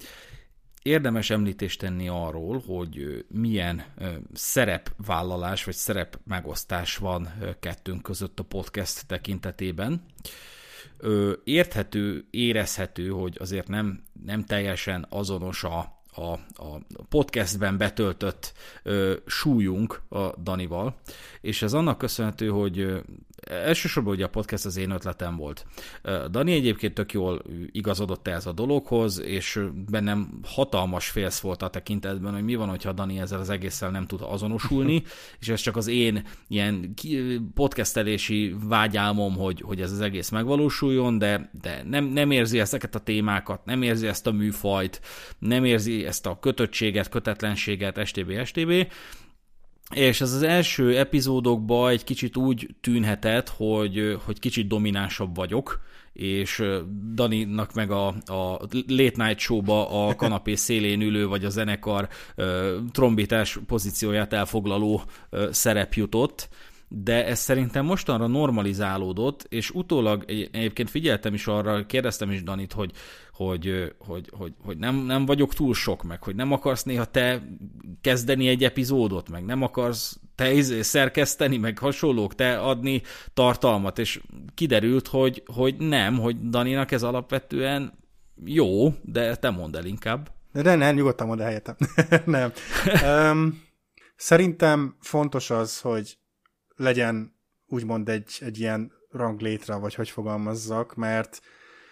Érdemes említést tenni arról, hogy milyen szerepvállalás vagy szerepmegosztás van kettőnk között a podcast tekintetében. Érthető, érezhető, hogy azért nem teljesen azonos a podcastben betöltött súlyunk a Danival, és ez annak köszönhető, hogy elsősorban ugye a podcast az én ötletem volt. Dani egyébként tök jól igazodott ez a dologhoz, és bennem hatalmas félsz volt a tekintetben, hogy mi van, hogyha Dani ezzel az egésszel nem tud azonosulni, és ez csak az én ilyen podcastelési vágyálmom, hogy ez az egész megvalósuljon, de nem érzi ezeket a témákat, nem érzi ezt a műfajt, nem érzi ezt a kötöttséget, kötetlenséget, stb. És ez az első epizódokban egy kicsit úgy tűnhetett, hogy kicsit dominánsabb vagyok, és Daninak meg a Late Night Show-ba a kanapé szélén ülő, vagy a zenekar trombitás pozícióját elfoglaló szerep jutott, de ez szerintem mostanra normalizálódott, és utólag egyébként figyeltem is arra, kérdeztem is Danit, hogy nem vagyok túl sok, meg hogy nem akarsz néha te kezdeni egy epizódot, meg nem akarsz te szerkeszteni, meg hasonlók, te adni tartalmat, és kiderült, hogy nem, hogy Daninak ez alapvetően jó, de te mondd el inkább. De nem, nyugodtan mondd el helyettem. Nem. Szerintem fontos az, hogy legyen úgymond egy ilyen ranglétre, vagy hogy fogalmazzak, mert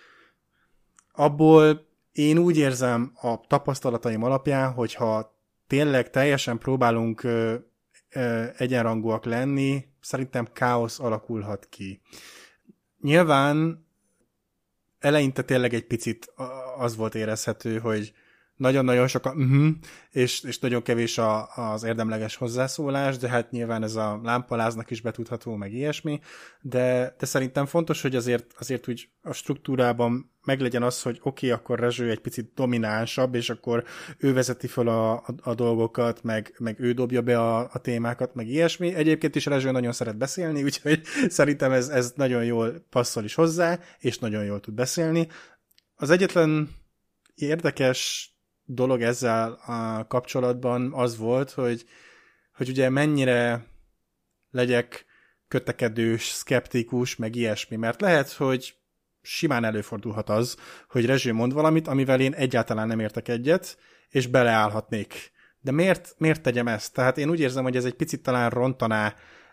abból én úgy érzem a tapasztalataim alapján, hogyha tényleg teljesen próbálunk egyenrangúak lenni, szerintem káosz alakulhat ki. Nyilván eleinte tényleg egy picit az volt érezhető, hogy nagyon-nagyon sok és nagyon kevés az érdemleges hozzászólás, de hát nyilván ez a lámpaláznak is betudható, meg ilyesmi, de szerintem fontos, hogy azért úgy a struktúrában meglegyen az, hogy oké, akkor Rezső egy picit dominánsabb, és akkor ő vezeti fel a dolgokat, meg ő dobja be a témákat, meg ilyesmi. Egyébként is Rezső nagyon szeret beszélni, úgyhogy szerintem ez nagyon jól passzol is hozzá, és nagyon jól tud beszélni. Az egyetlen érdekes dolog ezzel a kapcsolatban az volt, hogy ugye mennyire legyek kötekedős, szkeptikus, meg ilyesmi, mert lehet, hogy simán előfordulhat az, hogy Rezső mond valamit, amivel én egyáltalán nem értek egyet, és beleállhatnék. De miért tegyem ezt? Tehát én úgy érzem, hogy ez egy picit talán rontaná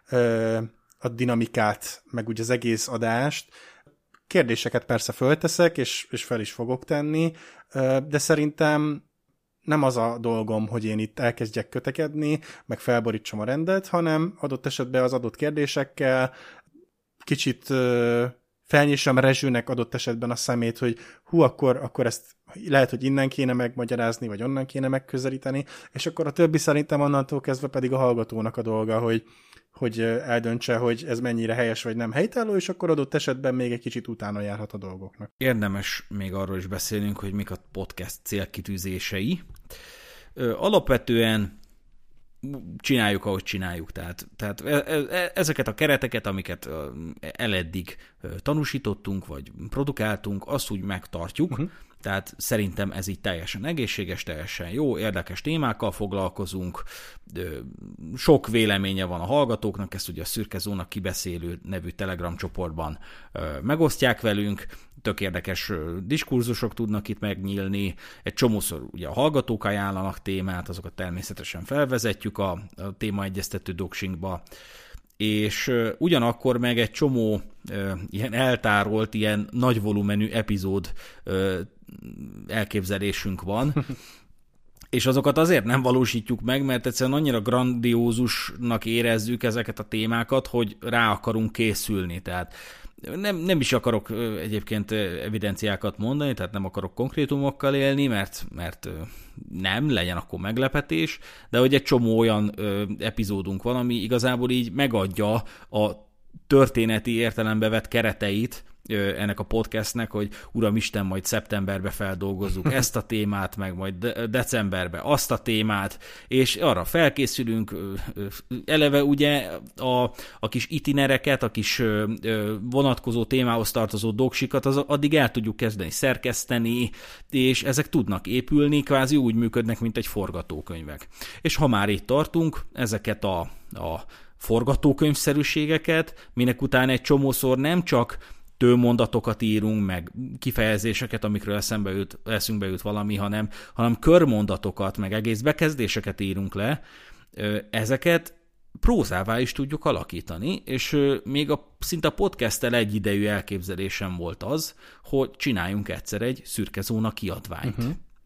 a dinamikát, meg úgy az egész adást. Kérdéseket persze fölteszek, és fel is fogok tenni, de szerintem nem az a dolgom, hogy én itt elkezdjek kötekedni, meg felborítsam a rendet, hanem adott esetben az adott kérdésekkel kicsit felnyissam Rezsőnek adott esetben a szemét, hogy akkor ezt lehet, hogy innen kéne megmagyarázni, vagy onnan kéne megközelíteni, és akkor a többi szerintem onnantól kezdve pedig a hallgatónak a dolga, hogy eldöntse, hogy ez mennyire helyes vagy nem helytálló, és akkor adott esetben még egy kicsit utána járhat a dolgoknak. Érdemes még arról is beszélnünk, hogy mik a podcast célkitűzései. Alapvetően csináljuk, ahogy csináljuk. Tehát ezeket a kereteket, amiket eleddig tanúsítottunk, vagy produkáltunk, azt úgy megtartjuk. Tehát szerintem ez így teljesen egészséges, teljesen jó, érdekes témákkal foglalkozunk, sok véleménye van a hallgatóknak, ezt ugye a Szürke Zóna Kibeszélő nevű Telegram csoportban megosztják velünk, tök érdekes diskurzusok tudnak itt megnyílni, egy csomószor ugye a hallgatók ajánlanak témát, azokat természetesen felvezetjük a témaegyeztető doksinkba, és ugyanakkor meg egy csomó ilyen eltárolt, ilyen nagy volumenű epizód elképzelésünk van, és azokat azért nem valósítjuk meg, mert egyszerűen annyira grandiózusnak érezzük ezeket a témákat, hogy rá akarunk készülni, tehát nem is akarok egyébként evidenciákat mondani, tehát nem akarok konkrétumokkal élni, mert nem, legyen akkor meglepetés, de hogy egy csomó olyan epizódunk van, ami igazából így megadja a történeti értelembe vett kereteit ennek a podcastnek, hogy Uramisten, majd szeptemberbe feldolgozzuk ezt a témát, meg majd decemberbe azt a témát, és arra felkészülünk. Eleve ugye a kis itinereket, a kis vonatkozó témához tartozó doksikat, addig el tudjuk kezdeni szerkeszteni, és ezek tudnak épülni, kvázi úgy működnek, mint egy forgatókönyvek. És ha már itt tartunk, ezeket a forgatókönyvszerűségeket, minek után egy csomószor nem csak tőmondatokat írunk, meg kifejezéseket, amikről eszünkbe jut valami, hanem körmondatokat, meg egész bekezdéseket írunk le, ezeket prózává is tudjuk alakítani, és még szinte a podcasttel egyidejű elképzelésem volt az, hogy csináljunk egyszer egy Szürke Zóna kiadványt.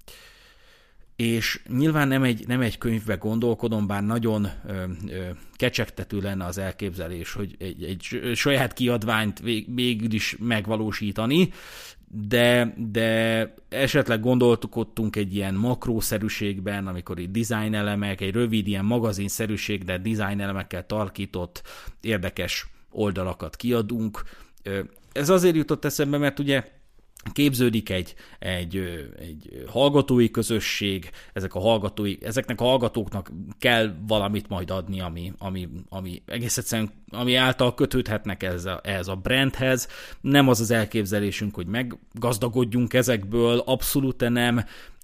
És nyilván nem egy könyvbe gondolkodom, bár nagyon kecsegtető lenne az elképzelés, hogy egy saját kiadványt végül is megvalósítani, de esetleg gondolkodtunk egy ilyen makrószerűségben, amikor itt design elemek, egy rövid ilyen magazinszerűség, de design elemekkel tarkított érdekes oldalakat kiadunk. Ez azért jutott eszembe, mert ugye képződik egy hallgatói közösség, ezeknek a hallgatóknak kell valamit majd adni, ami egész egyszerűen, ami által kötődhetnek ehhez a brandhez. Nem az elképzelésünk, hogy meggazdagodjunk ezekből, abszolút nem,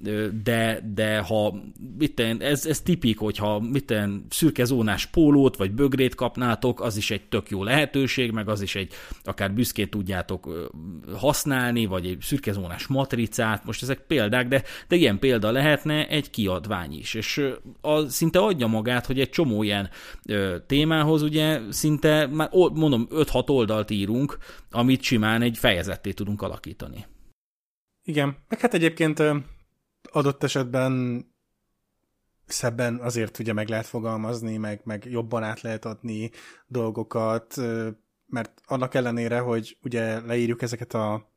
de ha ez tipik, hogyha szürkezónás pólót vagy bögrét kapnátok, az is egy tök jó lehetőség, meg az is egy akár büszkén tudjátok használni, vagy egy szürkezónás matricát, most ezek példák, de ilyen példa lehetne egy kiadvány is, és szinte adja magát, hogy egy csomó ilyen témához ugye szinte, már mondom, 5-6 oldalt írunk, amit simán egy fejezetté tudunk alakítani. Igen, meg hát egyébként adott esetben szebben azért ugye meg lehet fogalmazni, meg jobban át lehet adni dolgokat, mert annak ellenére, hogy ugye leírjuk ezeket a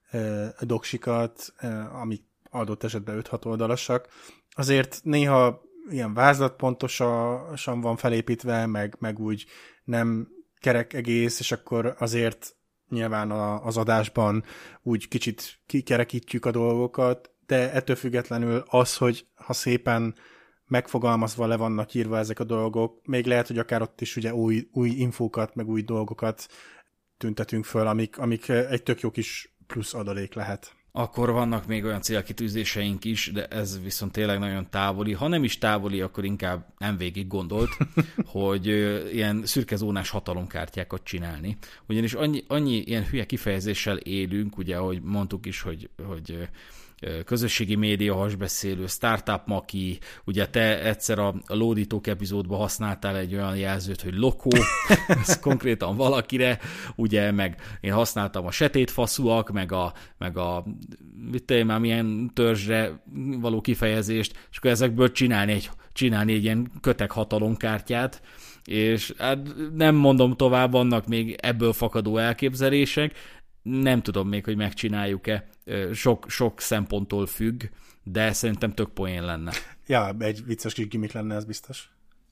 doksikat, amik adott esetben 5-6 oldalasak, azért néha ilyen vázlatpontosan van felépítve, meg úgy nem kerek egész, és akkor azért nyilván az adásban úgy kicsit kikerekítjük a dolgokat, de ettől függetlenül az, hogy ha szépen megfogalmazva le vannak írva ezek a dolgok, még lehet, hogy akár ott is ugye új infókat, meg új dolgokat tüntetünk föl, amik egy tök jó kis plusz adalék lehet. Akkor vannak még olyan célkitűzéseink is, de ez viszont tényleg nagyon távoli. Ha nem is távoli, akkor inkább nem végig gondolt, hogy ilyen szürkezónás hatalomkártyákat csinálni. Ugyanis annyi ilyen hülye kifejezéssel élünk, ugye, ahogy mondtuk is, hogy közösségi média hasbeszélő, startup maki, ugye te egyszer a Lódítók epizódban használtál egy olyan jelzőt, hogy lokó, ez konkrétan valakire, ugye, meg én használtam a setétfaszúak, meg a már milyen törzsre való kifejezést, és akkor ezekből csinálni egy ilyen kötek hatalomkártyát, és hát nem mondom tovább, vannak még ebből fakadó elképzelések, nem tudom még, hogy megcsináljuk-e, sok szemponttól függ, de szerintem tök poén lenne. Ja, egy vicces kis gimmick lenne, ez biztos.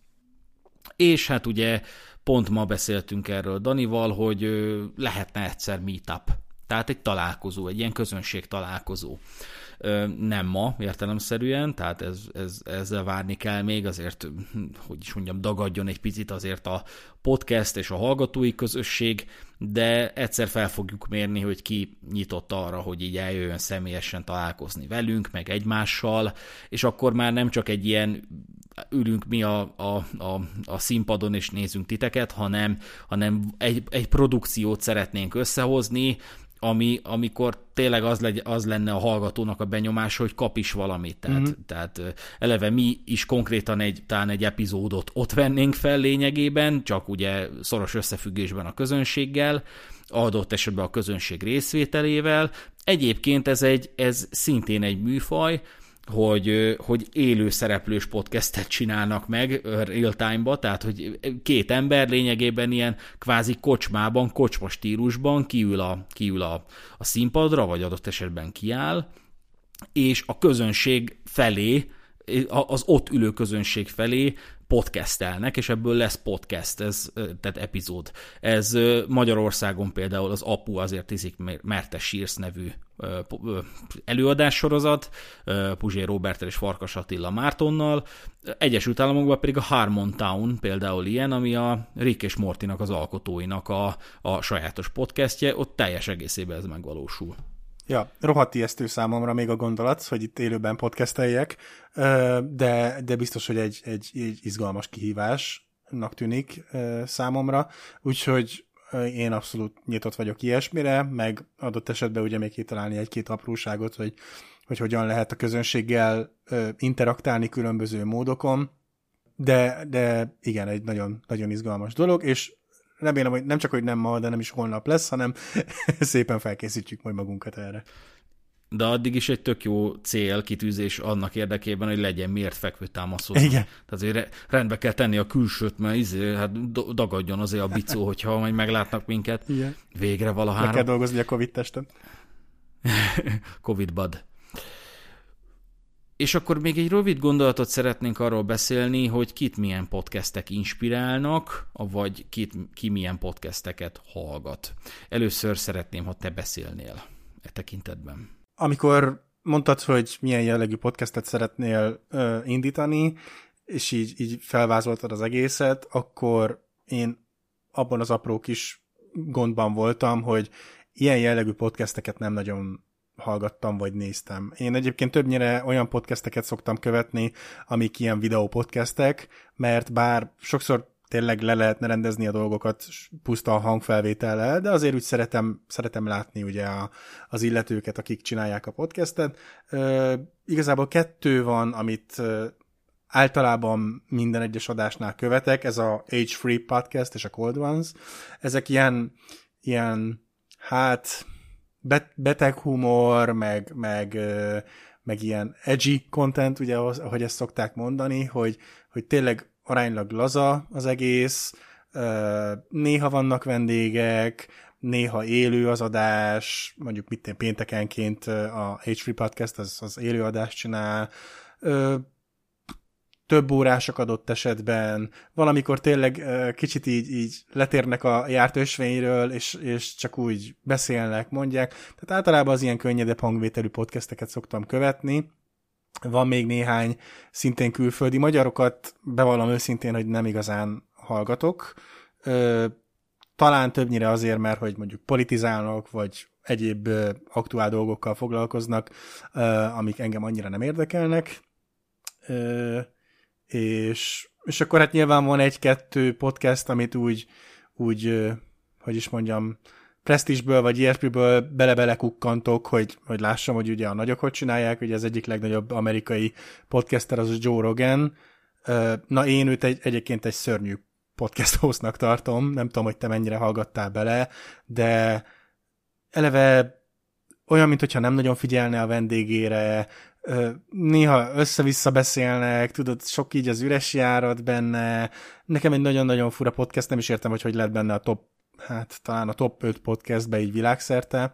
És hát ugye pont ma beszéltünk erről Danival, hogy lehetne egyszer meetup, tehát egy találkozó, egy ilyen közönség találkozó. Nem ma értelemszerűen, tehát ezzel várni kell még, azért, hogy is mondjam, dagadjon egy picit azért a podcast és a hallgatói közösség, de egyszer fel fogjuk mérni, hogy ki nyitott arra, hogy így eljöjjön személyesen találkozni velünk, meg egymással, és akkor már nem csak egy ilyen ülünk mi a színpadon és nézünk titeket, hanem egy produkciót szeretnénk összehozni, amikor tényleg az lenne a hallgatónak a benyomása, hogy kap is valamit. Tehát eleve mi is konkrétan talán egy epizódot ott vennénk fel lényegében, csak ugye szoros összefüggésben a közönséggel, adott esetben a közönség részvételével. Egyébként ez szintén egy műfaj, hogy élő szereplős podcastet csinálnak meg real time-ba, tehát hogy két ember lényegében ilyen kvázi kocsmában, kocsma stílusban kiül a színpadra, vagy adott esetben kiáll, és a közönség felé, az ott ülő közönség felé podcastelnek, és ebből lesz podcast, tehát epizód. Ez Magyarországon például az Apu azért iszik, mert te sírsz nevű előadássorozat, Puzsé Róberttel és Farkas Attila Mártonnal. Egyesült Államokban pedig a Harmontown például ilyen, ami a Rick és Mortynak, az alkotóinak a sajátos podcastje, ott teljes egészében ez megvalósul. Ja, rohadt ijesztő számomra még a gondolat, hogy itt élőben podcasteljek, de biztos, hogy egy izgalmas kihívásnak tűnik számomra, úgyhogy én abszolút nyitott vagyok ilyesmire, meg adott esetben ugye még kitalálni egy-két apróságot, hogy hogyan lehet a közönséggel interaktálni különböző módokon, de igen, egy nagyon, nagyon izgalmas dolog, és remélem, hogy nem csak, hogy nem ma, de nem is holnap lesz, hanem szépen felkészítjük majd magunkat erre. De addig is egy tök jó célkitűzés annak érdekében, hogy legyen miért fekvő támaszod. Igen. Tehát azért rendbe kell tenni a külsőt, mert hát dagadjon azért a bicó, hogyha majd meglátnak minket. Igen. Végre valahára. Le kell dolgozni a Covid testen. Covid bud. És akkor még egy rövid gondolatot szeretnénk arról beszélni, hogy kit milyen podcastek inspirálnak, vagy ki milyen podcasteket hallgat. Először szeretném, ha te beszélnél e tekintetben. Amikor mondtad, hogy milyen jellegű podcastet szeretnél indítani, és így felvázoltad az egészet, akkor én abban az apró kis gondban voltam, hogy ilyen jellegű podcasteket nem nagyon hallgattam, vagy néztem. Én egyébként többnyire olyan podcasteket szoktam követni, amik ilyen videó podcastek, mert bár sokszor tényleg le lehetne rendezni a dolgokat puszta a hangfelvétellel, de azért úgy szeretem látni ugye az illetőket, akik csinálják a podcastet. Igazából 2 van, amit általában minden egyes adásnál követek, ez a Age Free Podcast és a Cold Ones. Ezek ilyen hát beteg humor, meg ilyen edgy content, ugye, ahogy ezt szokták mondani, hogy tényleg aránylag laza az egész, néha vannak vendégek, néha élő az adás, mondjuk péntekenként a Age Free Podcast az élő adást csinál, több órások adott esetben, valamikor tényleg kicsit így letérnek a járt ösvényről, és csak úgy beszélnek, mondják. Tehát általában az ilyen könnyedebb hangvételű podcasteket szoktam követni. Van még néhány szintén külföldi magyarokat, bevallom őszintén, hogy nem igazán hallgatok. Talán többnyire azért, mert hogy mondjuk politizálnak, vagy egyéb aktuál dolgokkal foglalkoznak, amik engem annyira nem érdekelnek. És akkor hát nyilván van 1-2 podcast, amit úgy hogy is mondjam, presztízsből vagy ilyesmiből bele-bele kukkantok, hogy lássam, hogy ugye a nagyok hogy csinálják, ugye az egyik legnagyobb amerikai podcaster az Joe Rogan. Na én őt egyébként egy szörnyű podcast hostnak tartom, nem tudom, hogy te mennyire hallgattál bele, de eleve olyan, mintha nem nagyon figyelne a vendégére, néha össze-vissza beszélnek, tudod, sok így az üres járat benne. Nekem egy nagyon-nagyon fura podcast, nem is értem, hogy lett benne talán a top 5 podcastbe így világszerte.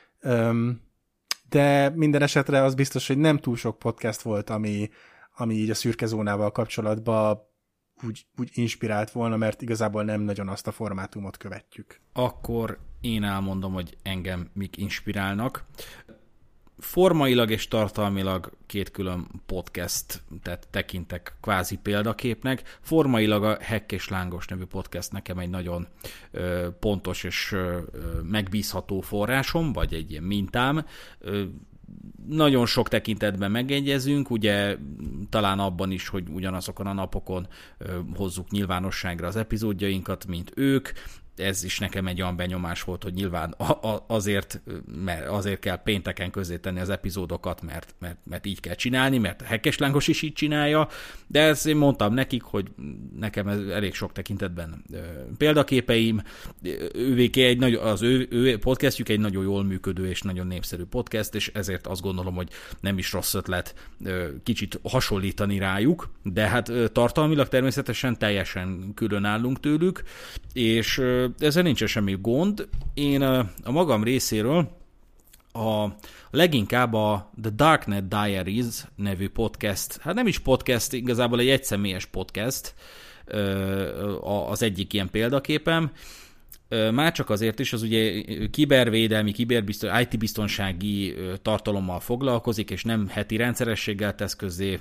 De minden esetre az biztos, hogy nem túl sok podcast volt, ami így a szürke zónával kapcsolatban úgy inspirált volna, mert igazából nem nagyon azt a formátumot követjük. Akkor én elmondom, hogy engem mik inspirálnak. Formailag és tartalmilag 2 külön podcast, tehát tekintek kvázi példaképnek. Formailag a Hekk és Lángos nevű podcast nekem egy nagyon pontos és megbízható forrásom, vagy egy ilyen mintám. Nagyon sok tekintetben megegyezünk, ugye talán abban is, hogy ugyanazokon a napokon hozzuk nyilvánosságra az epizódjainkat, mint ők. Ez is nekem egy olyan benyomás volt, hogy nyilván azért kell pénteken közzétenni az epizódokat, mert így kell csinálni, mert Hekkes Lángos is így csinálja, de ezt én mondtam nekik, hogy nekem ez elég sok tekintetben példaképeim. Az ő podcastjük egy nagyon jól működő és nagyon népszerű podcast, és ezért azt gondolom, hogy nem is rossz ötlet kicsit hasonlítani rájuk, de hát tartalmilag természetesen teljesen külön állunk tőlük, és ezzel nincsen semmi gond. Én a magam részéről leginkább a The Darknet Diaries nevű podcast, hát nem is podcast, igazából egy egyszemélyes podcast, az egyik ilyen példaképem, már csak azért is, az ugye kibervédelmi, IT-biztonsági tartalommal foglalkozik, és nem heti rendszerességgel tesz közzé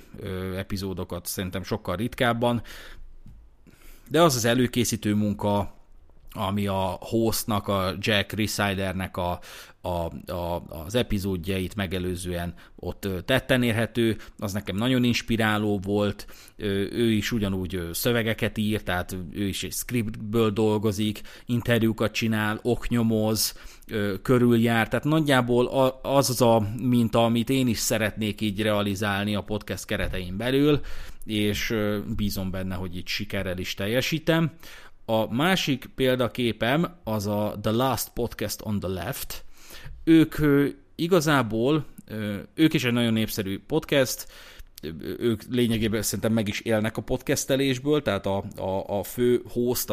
epizódokat, szerintem sokkal ritkábban, de az előkészítő munka, ami a hostnak, a Jack Rhysidernek az epizódjait megelőzően ott tetten érhető, az nekem nagyon inspiráló volt, ő is ugyanúgy szövegeket ír, tehát ő is egy scriptből dolgozik, interjúkat csinál, oknyomoz, körüljár, tehát nagyjából az a minta, amit én is szeretnék így realizálni a podcast keretein belül, és bízom benne, hogy itt sikerrel is teljesítem. A másik példaképem az a The Last Podcast on the Left. Ők igazából, ők is egy nagyon népszerű podcast, ők lényegében szerintem meg is élnek a podcastelésből, tehát a fő host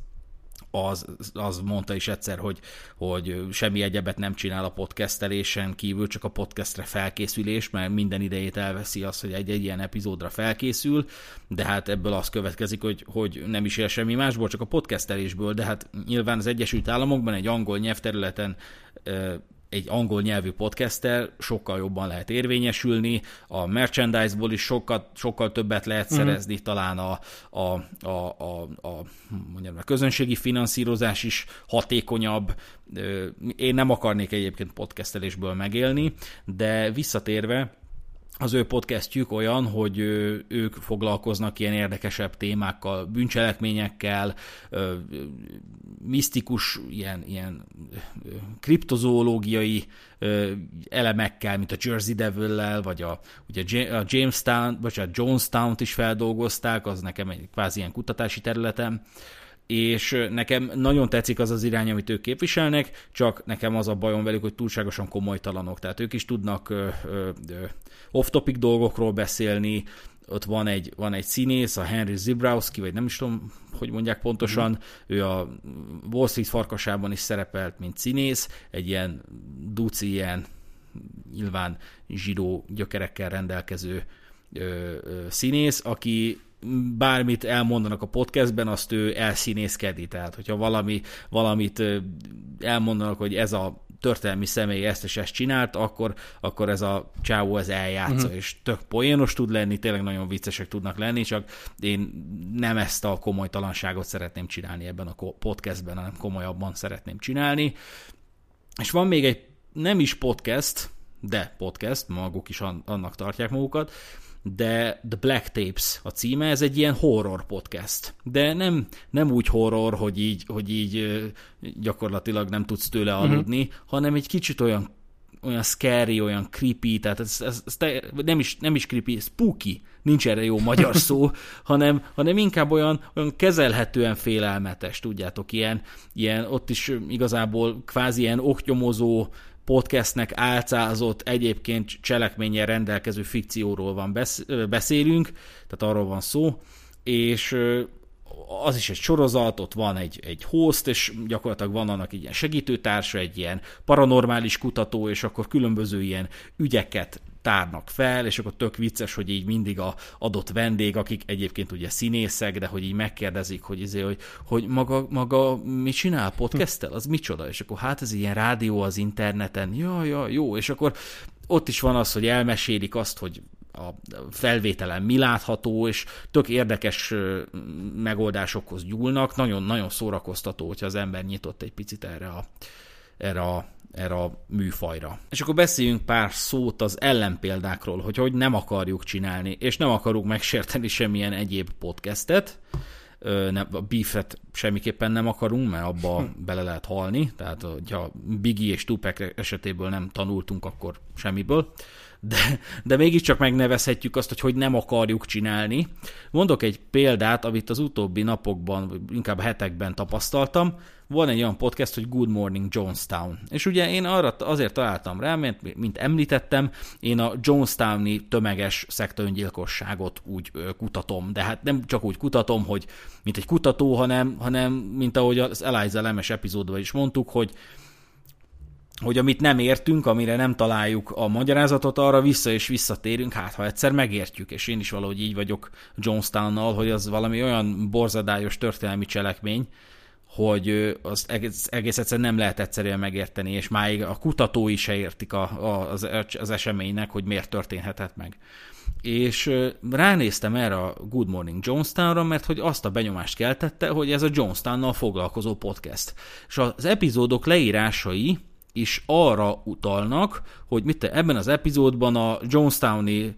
az mondta is egyszer, hogy semmi egyebet nem csinál a podcastelésen kívül, csak a podcastre felkészülés, mert minden idejét elveszi az, hogy egy ilyen epizódra felkészül, de hát ebből az következik, hogy nem is él semmi másból, csak a podcastelésből, de hát nyilván az Egyesült Államokban egy angol nyelvterületen egy angol nyelvű podcaster sokkal jobban lehet érvényesülni, a merchandise-ból is sokkal többet lehet szerezni, talán mondjam, a közönségi finanszírozás is hatékonyabb. Én nem akarnék egyébként podcastelésből megélni, de visszatérve, az ő podcastjük olyan, hogy ők foglalkoznak ilyen érdekesebb témákkal, bűncselekményekkel, misztikus, ilyen kriptozoológiai elemekkel, mint a Jersey Devil-lel, vagy ugye a Jamestown, vagy a Jonestown-t is feldolgozták, az nekem egy kvázi ilyen kutatási területem, és nekem nagyon tetszik az az irány, amit ők képviselnek, csak nekem az a bajom velük, hogy túlságosan komolytalanok. Tehát ők is tudnak off-topic dolgokról beszélni, ott van egy színész, a Henry Zebrowski, vagy nem is tudom, hogy mondják pontosan, ő a Wall Street farkasában is szerepelt, mint színész, egy ilyen duci, ilyen nyilván zsidó gyökerekkel rendelkező színész, aki bármit elmondanak a podcastben, azt ő elszínészkedi. Tehát, hogyha valamit elmondanak, hogy ez a történelmi személy ezt és ezt csinált, akkor ez a csávó ez eljátsza, és tök poénos tud lenni, tényleg nagyon viccesek tudnak lenni, csak én nem ezt a komolytalanságot szeretném csinálni ebben a podcastben, hanem komolyabban szeretném csinálni. És van még egy nem is podcast, de podcast, maguk is annak tartják magukat, de The Black Tapes a címe, ez egy ilyen horror podcast. De nem úgy horror, hogy így gyakorlatilag nem tudsz tőle aludni, hanem egy kicsit olyan scary, olyan creepy, tehát ez nem is creepy, spooky, nincs erre jó magyar szó, hanem inkább olyan kezelhetően félelmetes, tudjátok, ilyen ott is igazából kvázi ilyen oknyomozó podcastnek álcázott, egyébként cselekménnyel rendelkező fikcióról beszélünk, tehát arról van szó, és az is egy sorozat, ott van egy host, és gyakorlatilag van annak egy ilyen segítőtársa, egy ilyen paranormális kutató, és akkor különböző ilyen ügyeket tárnak fel, és akkor tök vicces, hogy így mindig a adott vendég, akik egyébként ugye színészek, de hogy így megkérdezik, hogy maga mit csinál podcasttel, az micsoda, és akkor hát ez ilyen rádió az interneten, ja, jó, és akkor ott is van az, hogy elmesélik azt, hogy a felvételen mi látható, és tök érdekes megoldásokhoz gyúlnak, nagyon-nagyon szórakoztató, hogyha az ember nyitott egy picit erre a műfajra. És akkor beszéljünk pár szót az ellenpéldákról, hogy nem akarjuk csinálni, és nem akarunk megsérteni semmilyen egyéb podcastet, a Beefet semmiképpen nem akarunk, mert abba bele lehet halni, tehát ha Biggie és Tupac esetéből nem tanultunk, akkor semmiből. De mégiscsak megnevezhetjük azt, hogy nem akarjuk csinálni. Mondok egy példát, amit az utóbbi napokban, vagy inkább hetekben tapasztaltam. Van egy olyan podcast, hogy Good Morning Jonestown. És ugye én arra azért találtam rá, mert mint említettem, én a Jonestowni tömeges szektaöngyilkosságot úgy kutatom. De hát nem csak úgy kutatom, hogy mint egy kutató, hanem mint ahogy az Eliza Lemes epizódban is mondtuk, hogy amit nem értünk, amire nem találjuk a magyarázatot, arra vissza és visszatérünk, hát ha egyszer megértjük, és én is valahogy így vagyok Jonestownnal, hogy az valami olyan borzadályos történelmi cselekmény, hogy az egész egyszerűen nem lehet egyszerűen megérteni, és máig a kutatói se értik az eseménynek, hogy miért történhetett meg. és ránéztem erre a Good Morning Jonestownra, mert hogy azt a benyomást keltette, hogy ez a Jonestownnal foglalkozó podcast. És az epizódok leírásai is arra utalnak, hogy ebben az epizódban a Jonestowni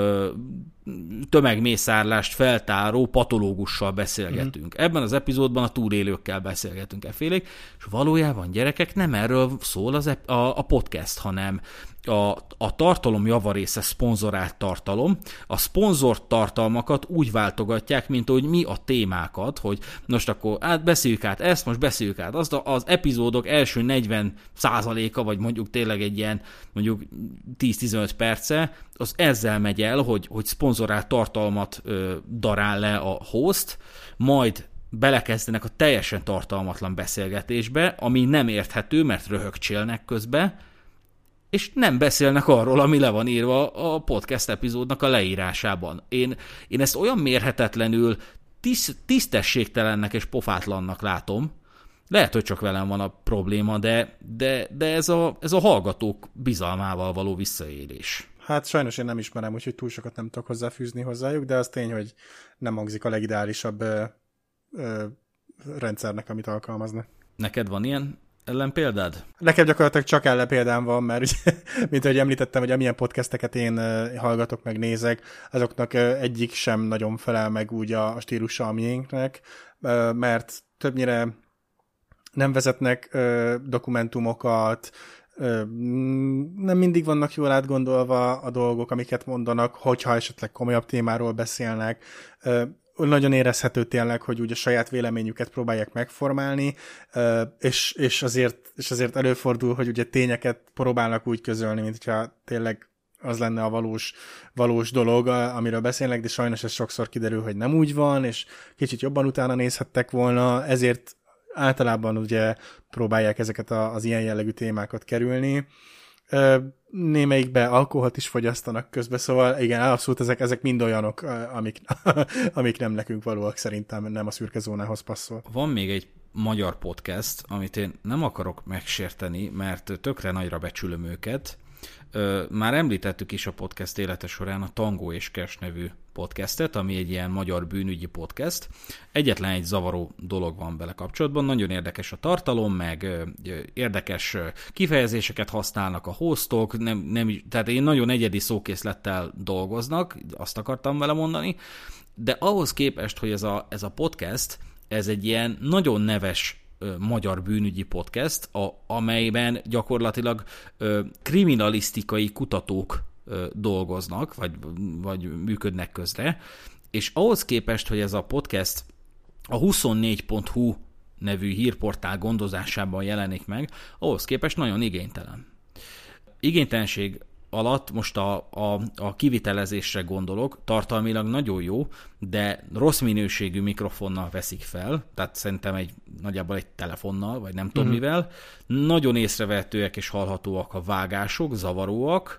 tömegmészárlást feltáró patológussal beszélgetünk. Ebben az epizódban a túlélőkkel beszélgetünk effélék, és valójában, gyerekek, nem erről szól a podcast, hanem a tartalom javarésze szponzorált tartalom. A szponzort tartalmakat úgy váltogatják, mint hogy mi a témákat, hogy most akkor beszéljük át ezt, most beszéljük át azt, az epizódok első 40%-a, vagy mondjuk tényleg egy ilyen mondjuk 10-15 perce, az ezzel megy el, hogy szponzorált tartalmat darál le a host, majd belekezdenek a teljesen tartalmatlan beszélgetésbe, ami nem érthető, mert röhögcsélnek közben, és nem beszélnek arról, ami le van írva a podcast epizódnak a leírásában. Én ezt olyan mérhetetlenül tisztességtelennek és pofátlannak látom. Lehet, hogy csak velem van a probléma, de ez a hallgatók bizalmával való visszaélés. Hát sajnos én nem ismerem, úgyhogy túl sokat nem tudok hozzáfűzni hozzájuk, de az tény, hogy nem hangzik a legideálisabb rendszernek, amit alkalmaznak. Neked van ilyen ellenpéldád? Nekem gyakorlatilag csak ellenpéldám van, mert ugye, mint ahogy említettem, hogy amilyen podcasteket én hallgatok, meg nézek, azoknak egyik sem nagyon felel meg úgy a stílusa a miénknek, mert többnyire nem vezetnek dokumentumokat, nem mindig vannak jól átgondolva a dolgok, amiket mondanak, hogyha esetleg komolyabb témáról beszélnek. Nagyon érezhető tényleg, hogy úgy a saját véleményüket próbálják megformálni, és azért előfordul, hogy ugye tényeket próbálnak úgy közölni, mint hogyha tényleg az lenne a valós dolog, amiről beszélnek, de sajnos ez sokszor kiderül, hogy nem úgy van, és kicsit jobban utána nézhettek volna, ezért általában ugye próbálják ezeket az ilyen jellegű témákat kerülni. Némelyikben alkoholt is fogyasztanak közben, szóval igen, abszolút ezek mind olyanok, amik nem nekünk valóak, szerintem nem a szürke zónához passzol. Van még egy magyar podcast, amit én nem akarok megsérteni, mert tökre nagyra becsülöm őket. Már említettük is a podcast élete során a Tango és Cash nevű podcastet, ami egy ilyen magyar bűnügyi podcast. Egyetlen egy zavaró dolog van vele kapcsolatban, nagyon érdekes a tartalom, meg érdekes kifejezéseket használnak a hostok, tehát egy nagyon egyedi szókészlettel dolgoznak, azt akartam vele mondani, de ahhoz képest, hogy ez a podcast, ez egy ilyen nagyon neves magyar bűnügyi podcast, amelyben gyakorlatilag kriminalisztikai kutatók dolgoznak, vagy működnek közre, és ahhoz képest, hogy ez a podcast a 24.hu nevű hírportál gondozásában jelenik meg, ahhoz képest nagyon igénytelen. Igénytelenség alatt most a kivitelezésre gondolok, tartalmilag nagyon jó, de rossz minőségű mikrofonnal veszik fel, tehát szerintem nagyjából egy telefonnal, vagy nem tudom mivel. Nagyon észrevehetőek és hallhatóak a vágások, zavaróak,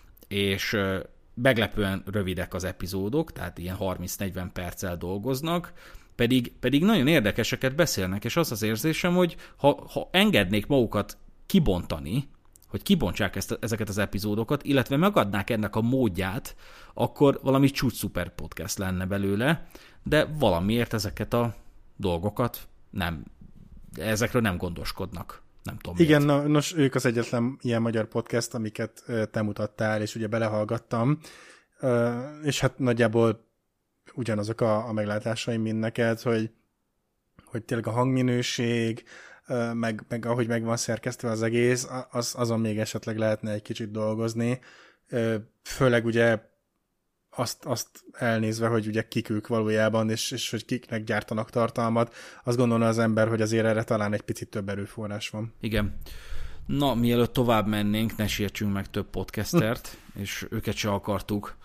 és meglepően rövidek az epizódok, tehát ilyen 30-40 perccel dolgoznak, pedig nagyon érdekeseket beszélnek, és az az érzésem, hogy ha engednék magukat kibontani, hogy kibontsák ezeket az epizódokat, illetve megadnák ennek a módját, akkor valami csúcs-szuper podcast lenne belőle, de valamiért ezeket a dolgokat ezekről nem gondoskodnak. Nem tudom igen, nos, ők az egyetlen ilyen magyar podcast, amiket te mutattál, és ugye belehallgattam, és hát nagyjából ugyanazok a meglátásaim, mint neked, hogy tényleg a hangminőség, meg ahogy meg van szerkesztve az egész, azon még esetleg lehetne egy kicsit dolgozni. Főleg ugye azt elnézve, hogy ugye kik ők valójában, és hogy kiknek gyártanak tartalmat, azt gondolna az ember, hogy azért erre talán egy picit több erőforrás van. Igen. Na, mielőtt tovább mennénk, ne sértsünk meg több podcastert, és őket se akartuk,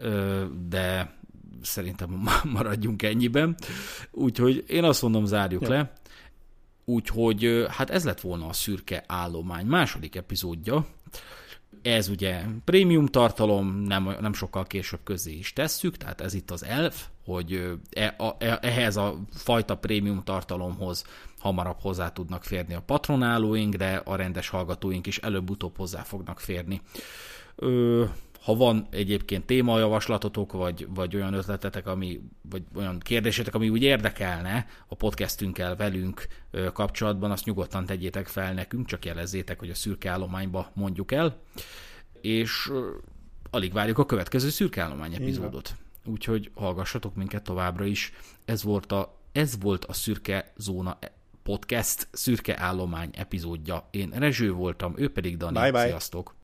de szerintem maradjunk ennyiben. Úgyhogy én azt mondom, zárjuk le. Úgyhogy hát ez lett volna a Szürke Állomány második epizódja. Ez ugye prémium tartalom, nem sokkal később közé is tesszük, tehát ez itt az elv, hogy ehhez a fajta prémium tartalomhoz hamarabb hozzá tudnak férni a patronálóink, de a rendes hallgatóink is előbb-utóbb hozzá fognak férni. Ha van egyébként témajavaslatotok, vagy olyan ötletetek, vagy olyan kérdésetek, ami úgy érdekelne a podcastünkkel velünk kapcsolatban, azt nyugodtan tegyétek fel nekünk, csak jelezzétek, hogy a szürke állományba mondjuk el, és alig várjuk a következő szürke állomány epizódot. Úgyhogy hallgassatok minket továbbra is. Ez volt a Szürke Zóna Podcast szürke állomány epizódja. Én Rezső voltam, ő pedig Dani. Bye, bye. Sziasztok!